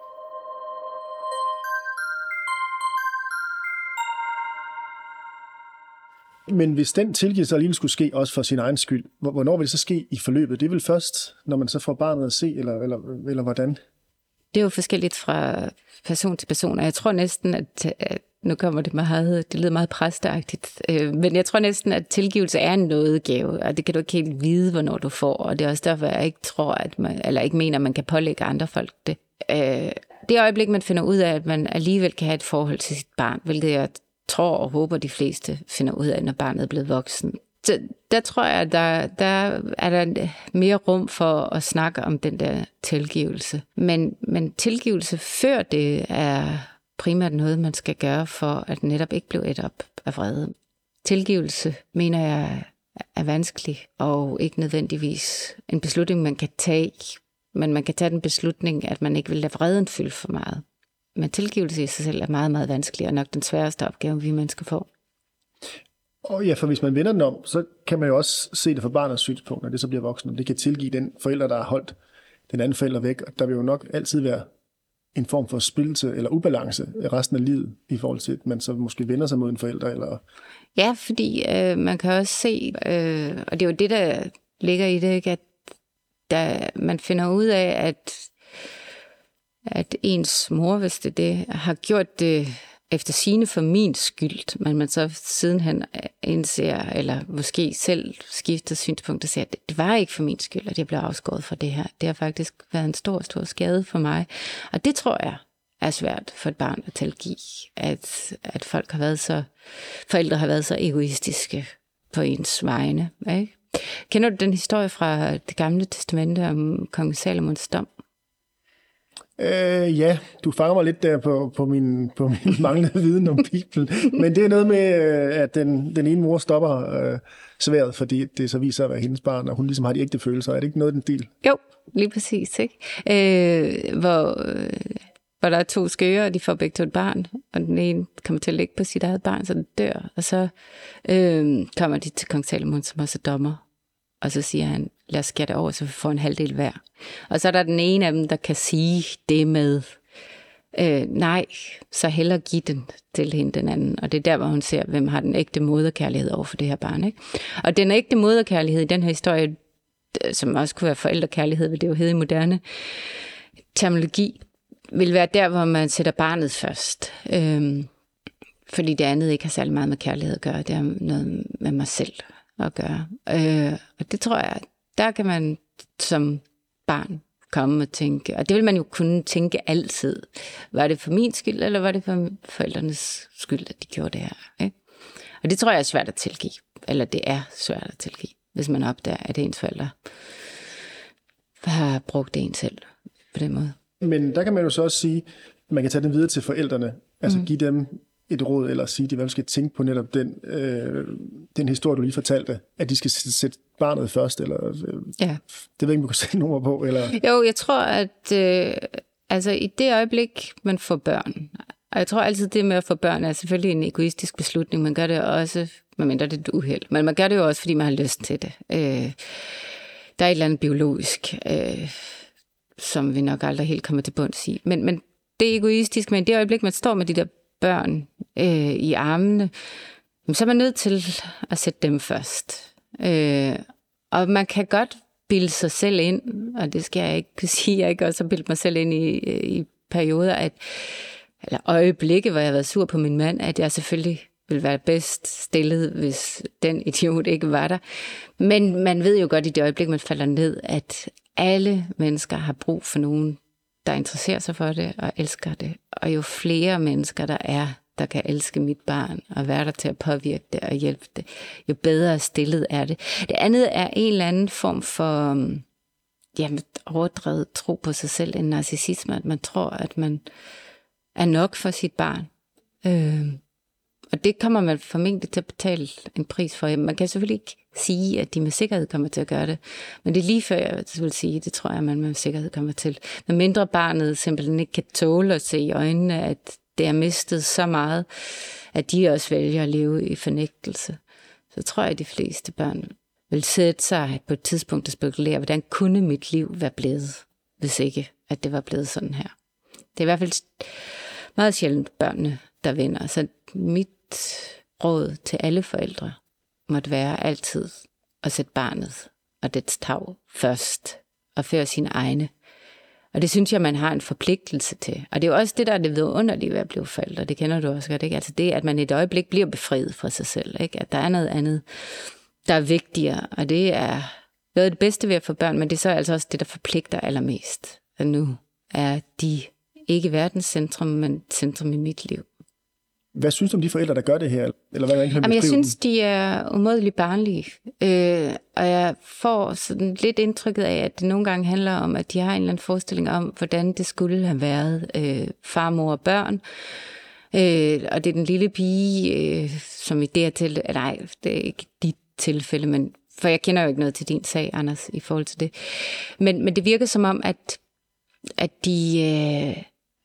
Men hvis den tilgivelse alligevel skulle ske også for sin egen skyld, hvornår vil det så ske i forløbet? Det er vel først, når man så får barnet at se, eller, eller, eller hvordan? Det er jo forskelligt fra person til person, og jeg tror næsten, at, at nu kommer det meget, det lyder meget præsteagtigt, øh, men jeg tror næsten, at tilgivelse er en nådegave, og det kan du ikke helt vide, hvornår du får, og det er også derfor, jeg ikke tror, at man, eller ikke mener, at man kan pålægge andre folk det. Øh, det øjeblik, man finder ud af, at man alligevel kan have et forhold til sit barn, hvilket jeg tror og håber, de fleste finder ud af, når barnet er blevet voksen. Så der tror jeg, at der, der er der mere rum for at snakke om den der tilgivelse. Men, men tilgivelse før det er primært noget, man skal gøre for at netop ikke blive ædt op af vrede. Tilgivelse, mener jeg, er vanskelig og ikke nødvendigvis en beslutning, man kan tage. Men man kan tage den beslutning, at man ikke vil lade vreden fylde for meget. Men tilgivelse i sig selv er meget, meget vanskelig, og nok den sværeste opgave, vi mennesker får. Og ja, for hvis man vender den om, så kan man jo også se det fra barnets synspunkt, når det så bliver voksen. Det kan tilgive den forælder, der har holdt den anden forælder væk. Og der vil jo nok altid være en form for splittelse eller ubalance resten af livet, i forhold til, at man så måske vender sig mod en forælder. Eller... Ja, fordi øh, man kan også se, øh, og det er jo det, der ligger i det, ikke? At der, man finder ud af, at at ens mor, hvis det, det har gjort det efter sine for min skyld, men man så sidenhen indser, eller måske selv skifter synspunkt og siger, at det var ikke for min skyld, at jeg blev afskåret fra det her. Det har faktisk været en stor, stor skade for mig. Og det tror jeg er svært for et barn at tilgive, at, at folk har været så, forældre har været så egoistiske på ens vegne. Ikke? Kender du den historie fra Det Gamle Testamente om kong Salomons dom? Øh, ja, du fanger mig lidt der på, på, min, på min manglende viden om Bibelen. Men det er noget med, at den, den ene mor stopper øh, sværet, fordi det så viser at være hendes barn, og hun ligesom har de ægte følelser. Er det ikke noget den del? Jo, lige præcis. Ikke? Øh, hvor, øh, hvor der er to skøger, og de får begge to et barn, og den ene kommer til at ligge på sit eget barn, så den dør. Og så øh, kommer de til kong Salomon, som også er dommer. Og så siger han, lad os skære det over, så vi får en halvdel hver. Og så er der den ene af dem, der kan sige det med, øh, nej, så hellere give den til hende den anden. Og det er der, hvor hun ser, hvem har den ægte moderkærlighed over for det her barn. Ikke? Og den ægte moderkærlighed i den her historie, som også kunne være forældrekærlighed, vil det jo hedde i moderne terminologi, vil være der, hvor man sætter barnet først. Øh, fordi det andet ikke har særlig meget med kærlighed at gøre. Det er noget med mig selv at gøre. Øh, og det tror jeg, der kan man som barn komme og tænke, og det vil man jo kunne tænke altid. Var det for min skyld, eller var det for forældrenes skyld, at de gjorde det her? Ikke? Og det tror jeg er svært at tilgive, eller det er svært at tilgive, hvis man opdager, at ens forældre har brugt en selv på den måde. Men der kan man jo så også sige, at man kan tage den videre til forældrene, altså mm. give dem et råd, eller sige, at de skal tænke på netop den, øh, den historie, du lige fortalte, at de skal sætte barnet først, eller øh, ja. Det ved jeg ikke, man kan sætte nummer på, eller... Jo, jeg tror, at øh, altså, i det øjeblik, man får børn, og jeg tror altid, det med at få børn er selvfølgelig en egoistisk beslutning, man gør det også, medmindre det er et uheld, men man gør det jo også, fordi man har lyst til det. Øh, der er et eller andet biologisk, øh, som vi nok aldrig helt kommer til bunds i, men, men det er egoistisk, men i det øjeblik, man står med de der børn øh, i armene, så er man nødt til at sætte dem først. Øh, og man kan godt bilde sig selv ind, og det skal jeg ikke kunne sige, jeg ikke også har bildt mig selv ind i, i perioder, at, eller øjeblikke, hvor jeg har været sur på min mand, at jeg selvfølgelig ville være bedst stillet, hvis den idiot ikke var der. Men man ved jo godt i det øjeblik, man falder ned, at alle mennesker har brug for nogen, der interesserer sig for det og elsker det. Og jo flere mennesker der er, der kan elske mit barn og være der til at påvirke det og hjælpe det, jo bedre stillet er det. Det andet er en eller anden form for jamen, overdrevet tro på sig selv, en narcissisme, at man tror, at man er nok for sit barn. Øh, og det kommer man formentlig til at betale en pris for. Man kan selvfølgelig ikke sige, at de med sikkerhed kommer til at gøre det, men det er lige før, jeg vil sige, det tror jeg, man med sikkerhed kommer til. Men mindre barnet simpelthen ikke kan tåle at se i øjnene, at det er mistet så meget, at de også vælger at leve i fornægtelse. Så tror jeg, at de fleste børn vil sætte sig på et tidspunkt og spekulere, hvordan kunne mit liv være blevet, hvis ikke, at det var blevet sådan her. Det er i hvert fald meget sjældent børnene, der vinder. Så mit råd til alle forældre måtte være altid at sætte barnet og dets tag først, og føre sine egne. Og det synes jeg, man har en forpligtelse til. Og det er jo også det, der er det vidunderlige ved at blive forældre. Det kender du også godt, ikke? Altså det, at man i et øjeblik bliver befriet fra sig selv, ikke? At der er noget andet, der er vigtigere. Og det er noget af det bedste ved at få børn, men det er så altså også det, der forpligter allermest. Og nu er de ikke verdens centrum, men centrum i mit liv. Hvad synes du om de forældre, der gør det her? Eller hvad, kan Jamen, jeg synes, de er umådeligt barnlige. Øh, og jeg får sådan lidt indtrykket af, at det nogle gange handler om, at de har en eller anden forestilling om, hvordan det skulle have været øh, far, mor og børn. Øh, og det er den lille pige, øh, som i det her til, nej, det er ikke dit tilfælde, men for jeg kender jo ikke noget til din sag, Anders, i forhold til det. Men, men det virker som om, at, at de... Øh,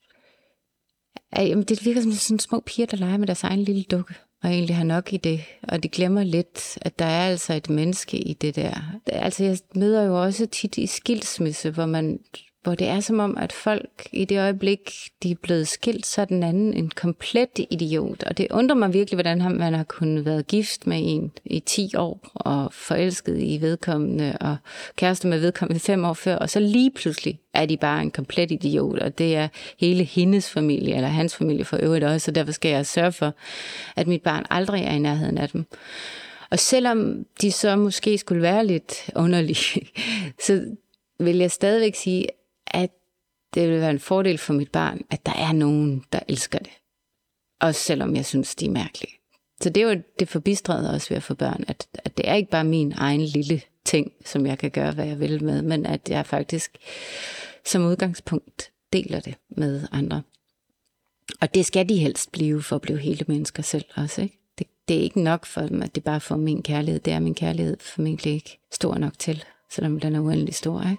Jamen, det virker som sådan små piger, der leger med deres egen lille dukke, og egentlig har nok i det. Og de glemmer lidt, at der er altså et menneske i det der. Altså, jeg møder jo også tit i skilsmisse, hvor man... hvor det er som om, at folk i det øjeblik, de er blevet skilt, så er den anden en komplet idiot. Og det undrer mig virkelig, hvordan man har kunnet være gift med en i ti år, og forelsket i vedkommende, og kæreste med vedkommende fem år før, og så lige pludselig er de bare en komplet idiot, og det er hele hendes familie, eller hans familie for øvrigt også, og derfor skal jeg sørge for, at mit barn aldrig er i nærheden af dem. Og selvom de så måske skulle være lidt underlige, så vil jeg stadigvæk sige, at det vil være en fordel for mit barn, at der er nogen, der elsker det. Også selvom jeg synes, de er mærkelige. Så det er jo det forbistrede også ved at få børn, at, at det er ikke bare min egen lille ting, som jeg kan gøre, hvad jeg vil med, men at jeg faktisk som udgangspunkt deler det med andre. Og det skal de helst blive for at blive hele mennesker selv også, ikke? Det, det er ikke nok for dem, at det bare får min kærlighed. Det er min kærlighed formentlig ikke stor nok til, selvom den er uendelig stor, ikke?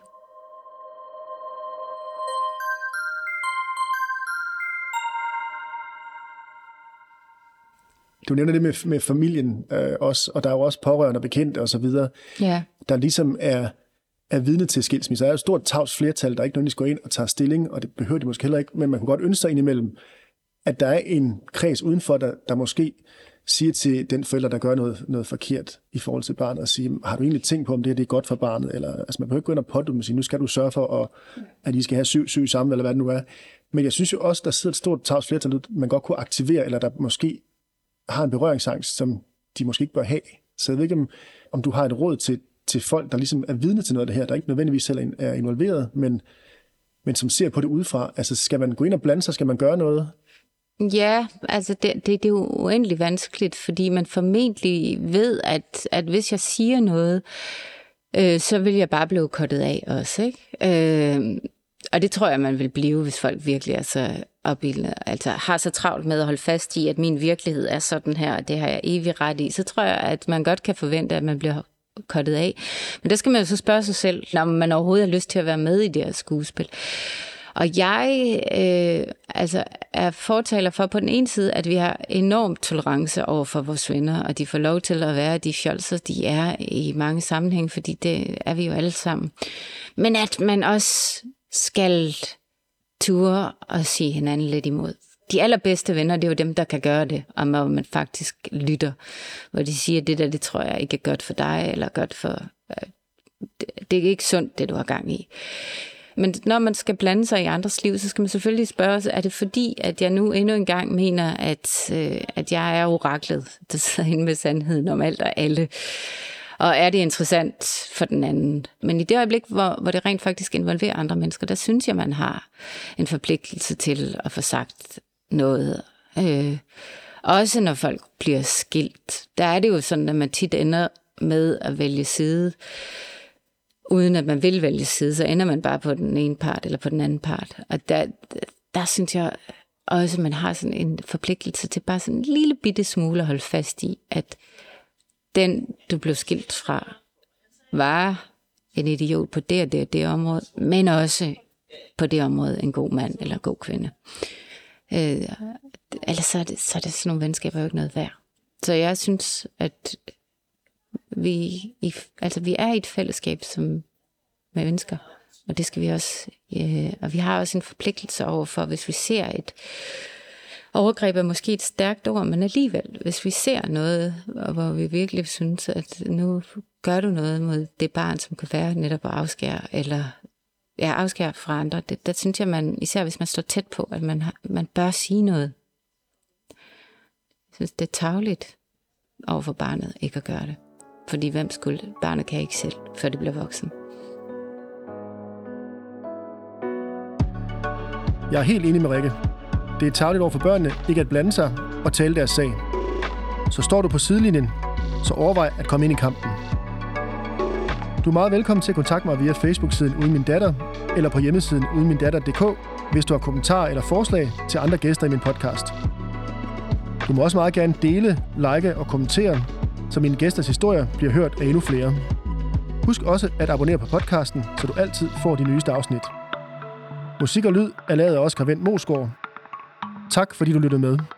Du nævner det med, med familien øh, også, og der er jo også pårørende og bekendte og så videre, ja. Der ligesom er, er vidne til skilsmisse. Der er jo et stort tavs flertal, der ikke nødvendigvis går ind og tager stilling, og det behøver de måske heller ikke, men man kunne godt ønske sig indimellem, at der er en kreds udenfor, der, der måske siger til den forælder, der gør noget, noget forkert i forhold til barnet, og sige, har du egentlig tænkt på, om det her det er godt for barnet? Eller, altså man behøver ikke gå ind og pådutte og sige, nu skal du sørge for, at, at I skal have syg, syg sammen, eller hvad det nu er. Men jeg synes jo også, der sidder et stort tavs flertal, man godt kunne aktivere, eller der måske har en berøringsangst, som de måske ikke bør have. Så jeg ved ikke, om, om du har et råd til, til folk, der ligesom er vidne til noget af det her, der ikke nødvendigvis selv er involveret, men, men som ser på det udefra. Altså, skal man gå ind og blande sig? Skal man gøre noget? Ja, altså det, det, det er jo uendelig vanskeligt, fordi man formentlig ved, at, at hvis jeg siger noget, øh, så vil jeg bare blive kuttet af også, ikke? Øh, og det tror jeg, man vil blive, hvis folk virkelig er så opildnet, altså har så travlt med at holde fast i, at min virkelighed er sådan her, og det har jeg evig ret i, så tror jeg, at man godt kan forvente, at man bliver kuttet af. Men der skal man jo så spørge sig selv, når man overhovedet har lyst til at være med i det her skuespil. Og jeg øh, altså er fortaler for på den ene side, at vi har enorm tolerance over for vores venner, og de får lov til at være de fjolser, de er i mange sammenhænge, fordi det er vi jo alle sammen. Men at man også skal ture og sige hinanden lidt imod. De allerbedste venner, det er jo dem, der kan gøre det, og når man faktisk lytter, hvor de siger, det der, det tror jeg ikke er godt for dig, eller godt for... Det er ikke sundt, det du har gang i. Men når man skal blande sig i andres liv, så skal man selvfølgelig spørge sig, er det fordi, at jeg nu endnu engang mener, at, øh, at jeg er oraklet, der sidder inde med sandheden om alt og alle? Og er det interessant for den anden? Men i det øjeblik, hvor, hvor det rent faktisk involverer andre mennesker, der synes jeg, man har en forpligtelse til at få sagt noget. Øh, også når folk bliver skilt. Der er det jo sådan, at man tit ender med at vælge side, uden at man vil vælge side, så ender man bare på den ene part eller på den anden part. Og der, der, der synes jeg også, at man har sådan en forpligtelse til bare sådan en lille bitte smule at holde fast i, at den, du blev skilt fra, var en idiot på det og det og det område, men også på det område en god mand eller en god kvinde. Øh, ellers så er, det, så er det sådan nogle venskaber jo ikke noget værd. Så jeg synes, at vi, i, altså vi er i et fællesskab som med mennesker, og det skal vi også, øh, og vi har også en forpligtelse overfor, hvis vi ser et overgreb er måske et stærkt ord, men alligevel, hvis vi ser noget, hvor vi virkelig synes, at nu gør du noget mod det barn, som kan være netop at afskære, eller ja, afskære fra andre, det, der synes jeg, man, især hvis man står tæt på, at man, har, man bør sige noget. Jeg synes, det er tarveligt over for barnet ikke at gøre det. Fordi hvem skulle? Barnet kan ikke selv, før det bliver voksen. Jeg er helt enig med Rikke. Det er tarveligt over for børnene ikke at blande sig og tale deres sag. Så står du på sidelinjen, så overvej at komme ind i kampen. Du er meget velkommen til at kontakte mig via Facebook-siden Uden Min Datter, eller på hjemmesiden uden min datter punktum d k, hvis du har kommentarer eller forslag til andre gæster i min podcast. Du må også meget gerne dele, like og kommentere, så mine gæsters historier bliver hørt af endnu flere. Husk også at abonnere på podcasten, så du altid får de nyeste afsnit. Musik og lyd er lavet af Oscar Wendt Moesgaard. Tak fordi du lyttede med.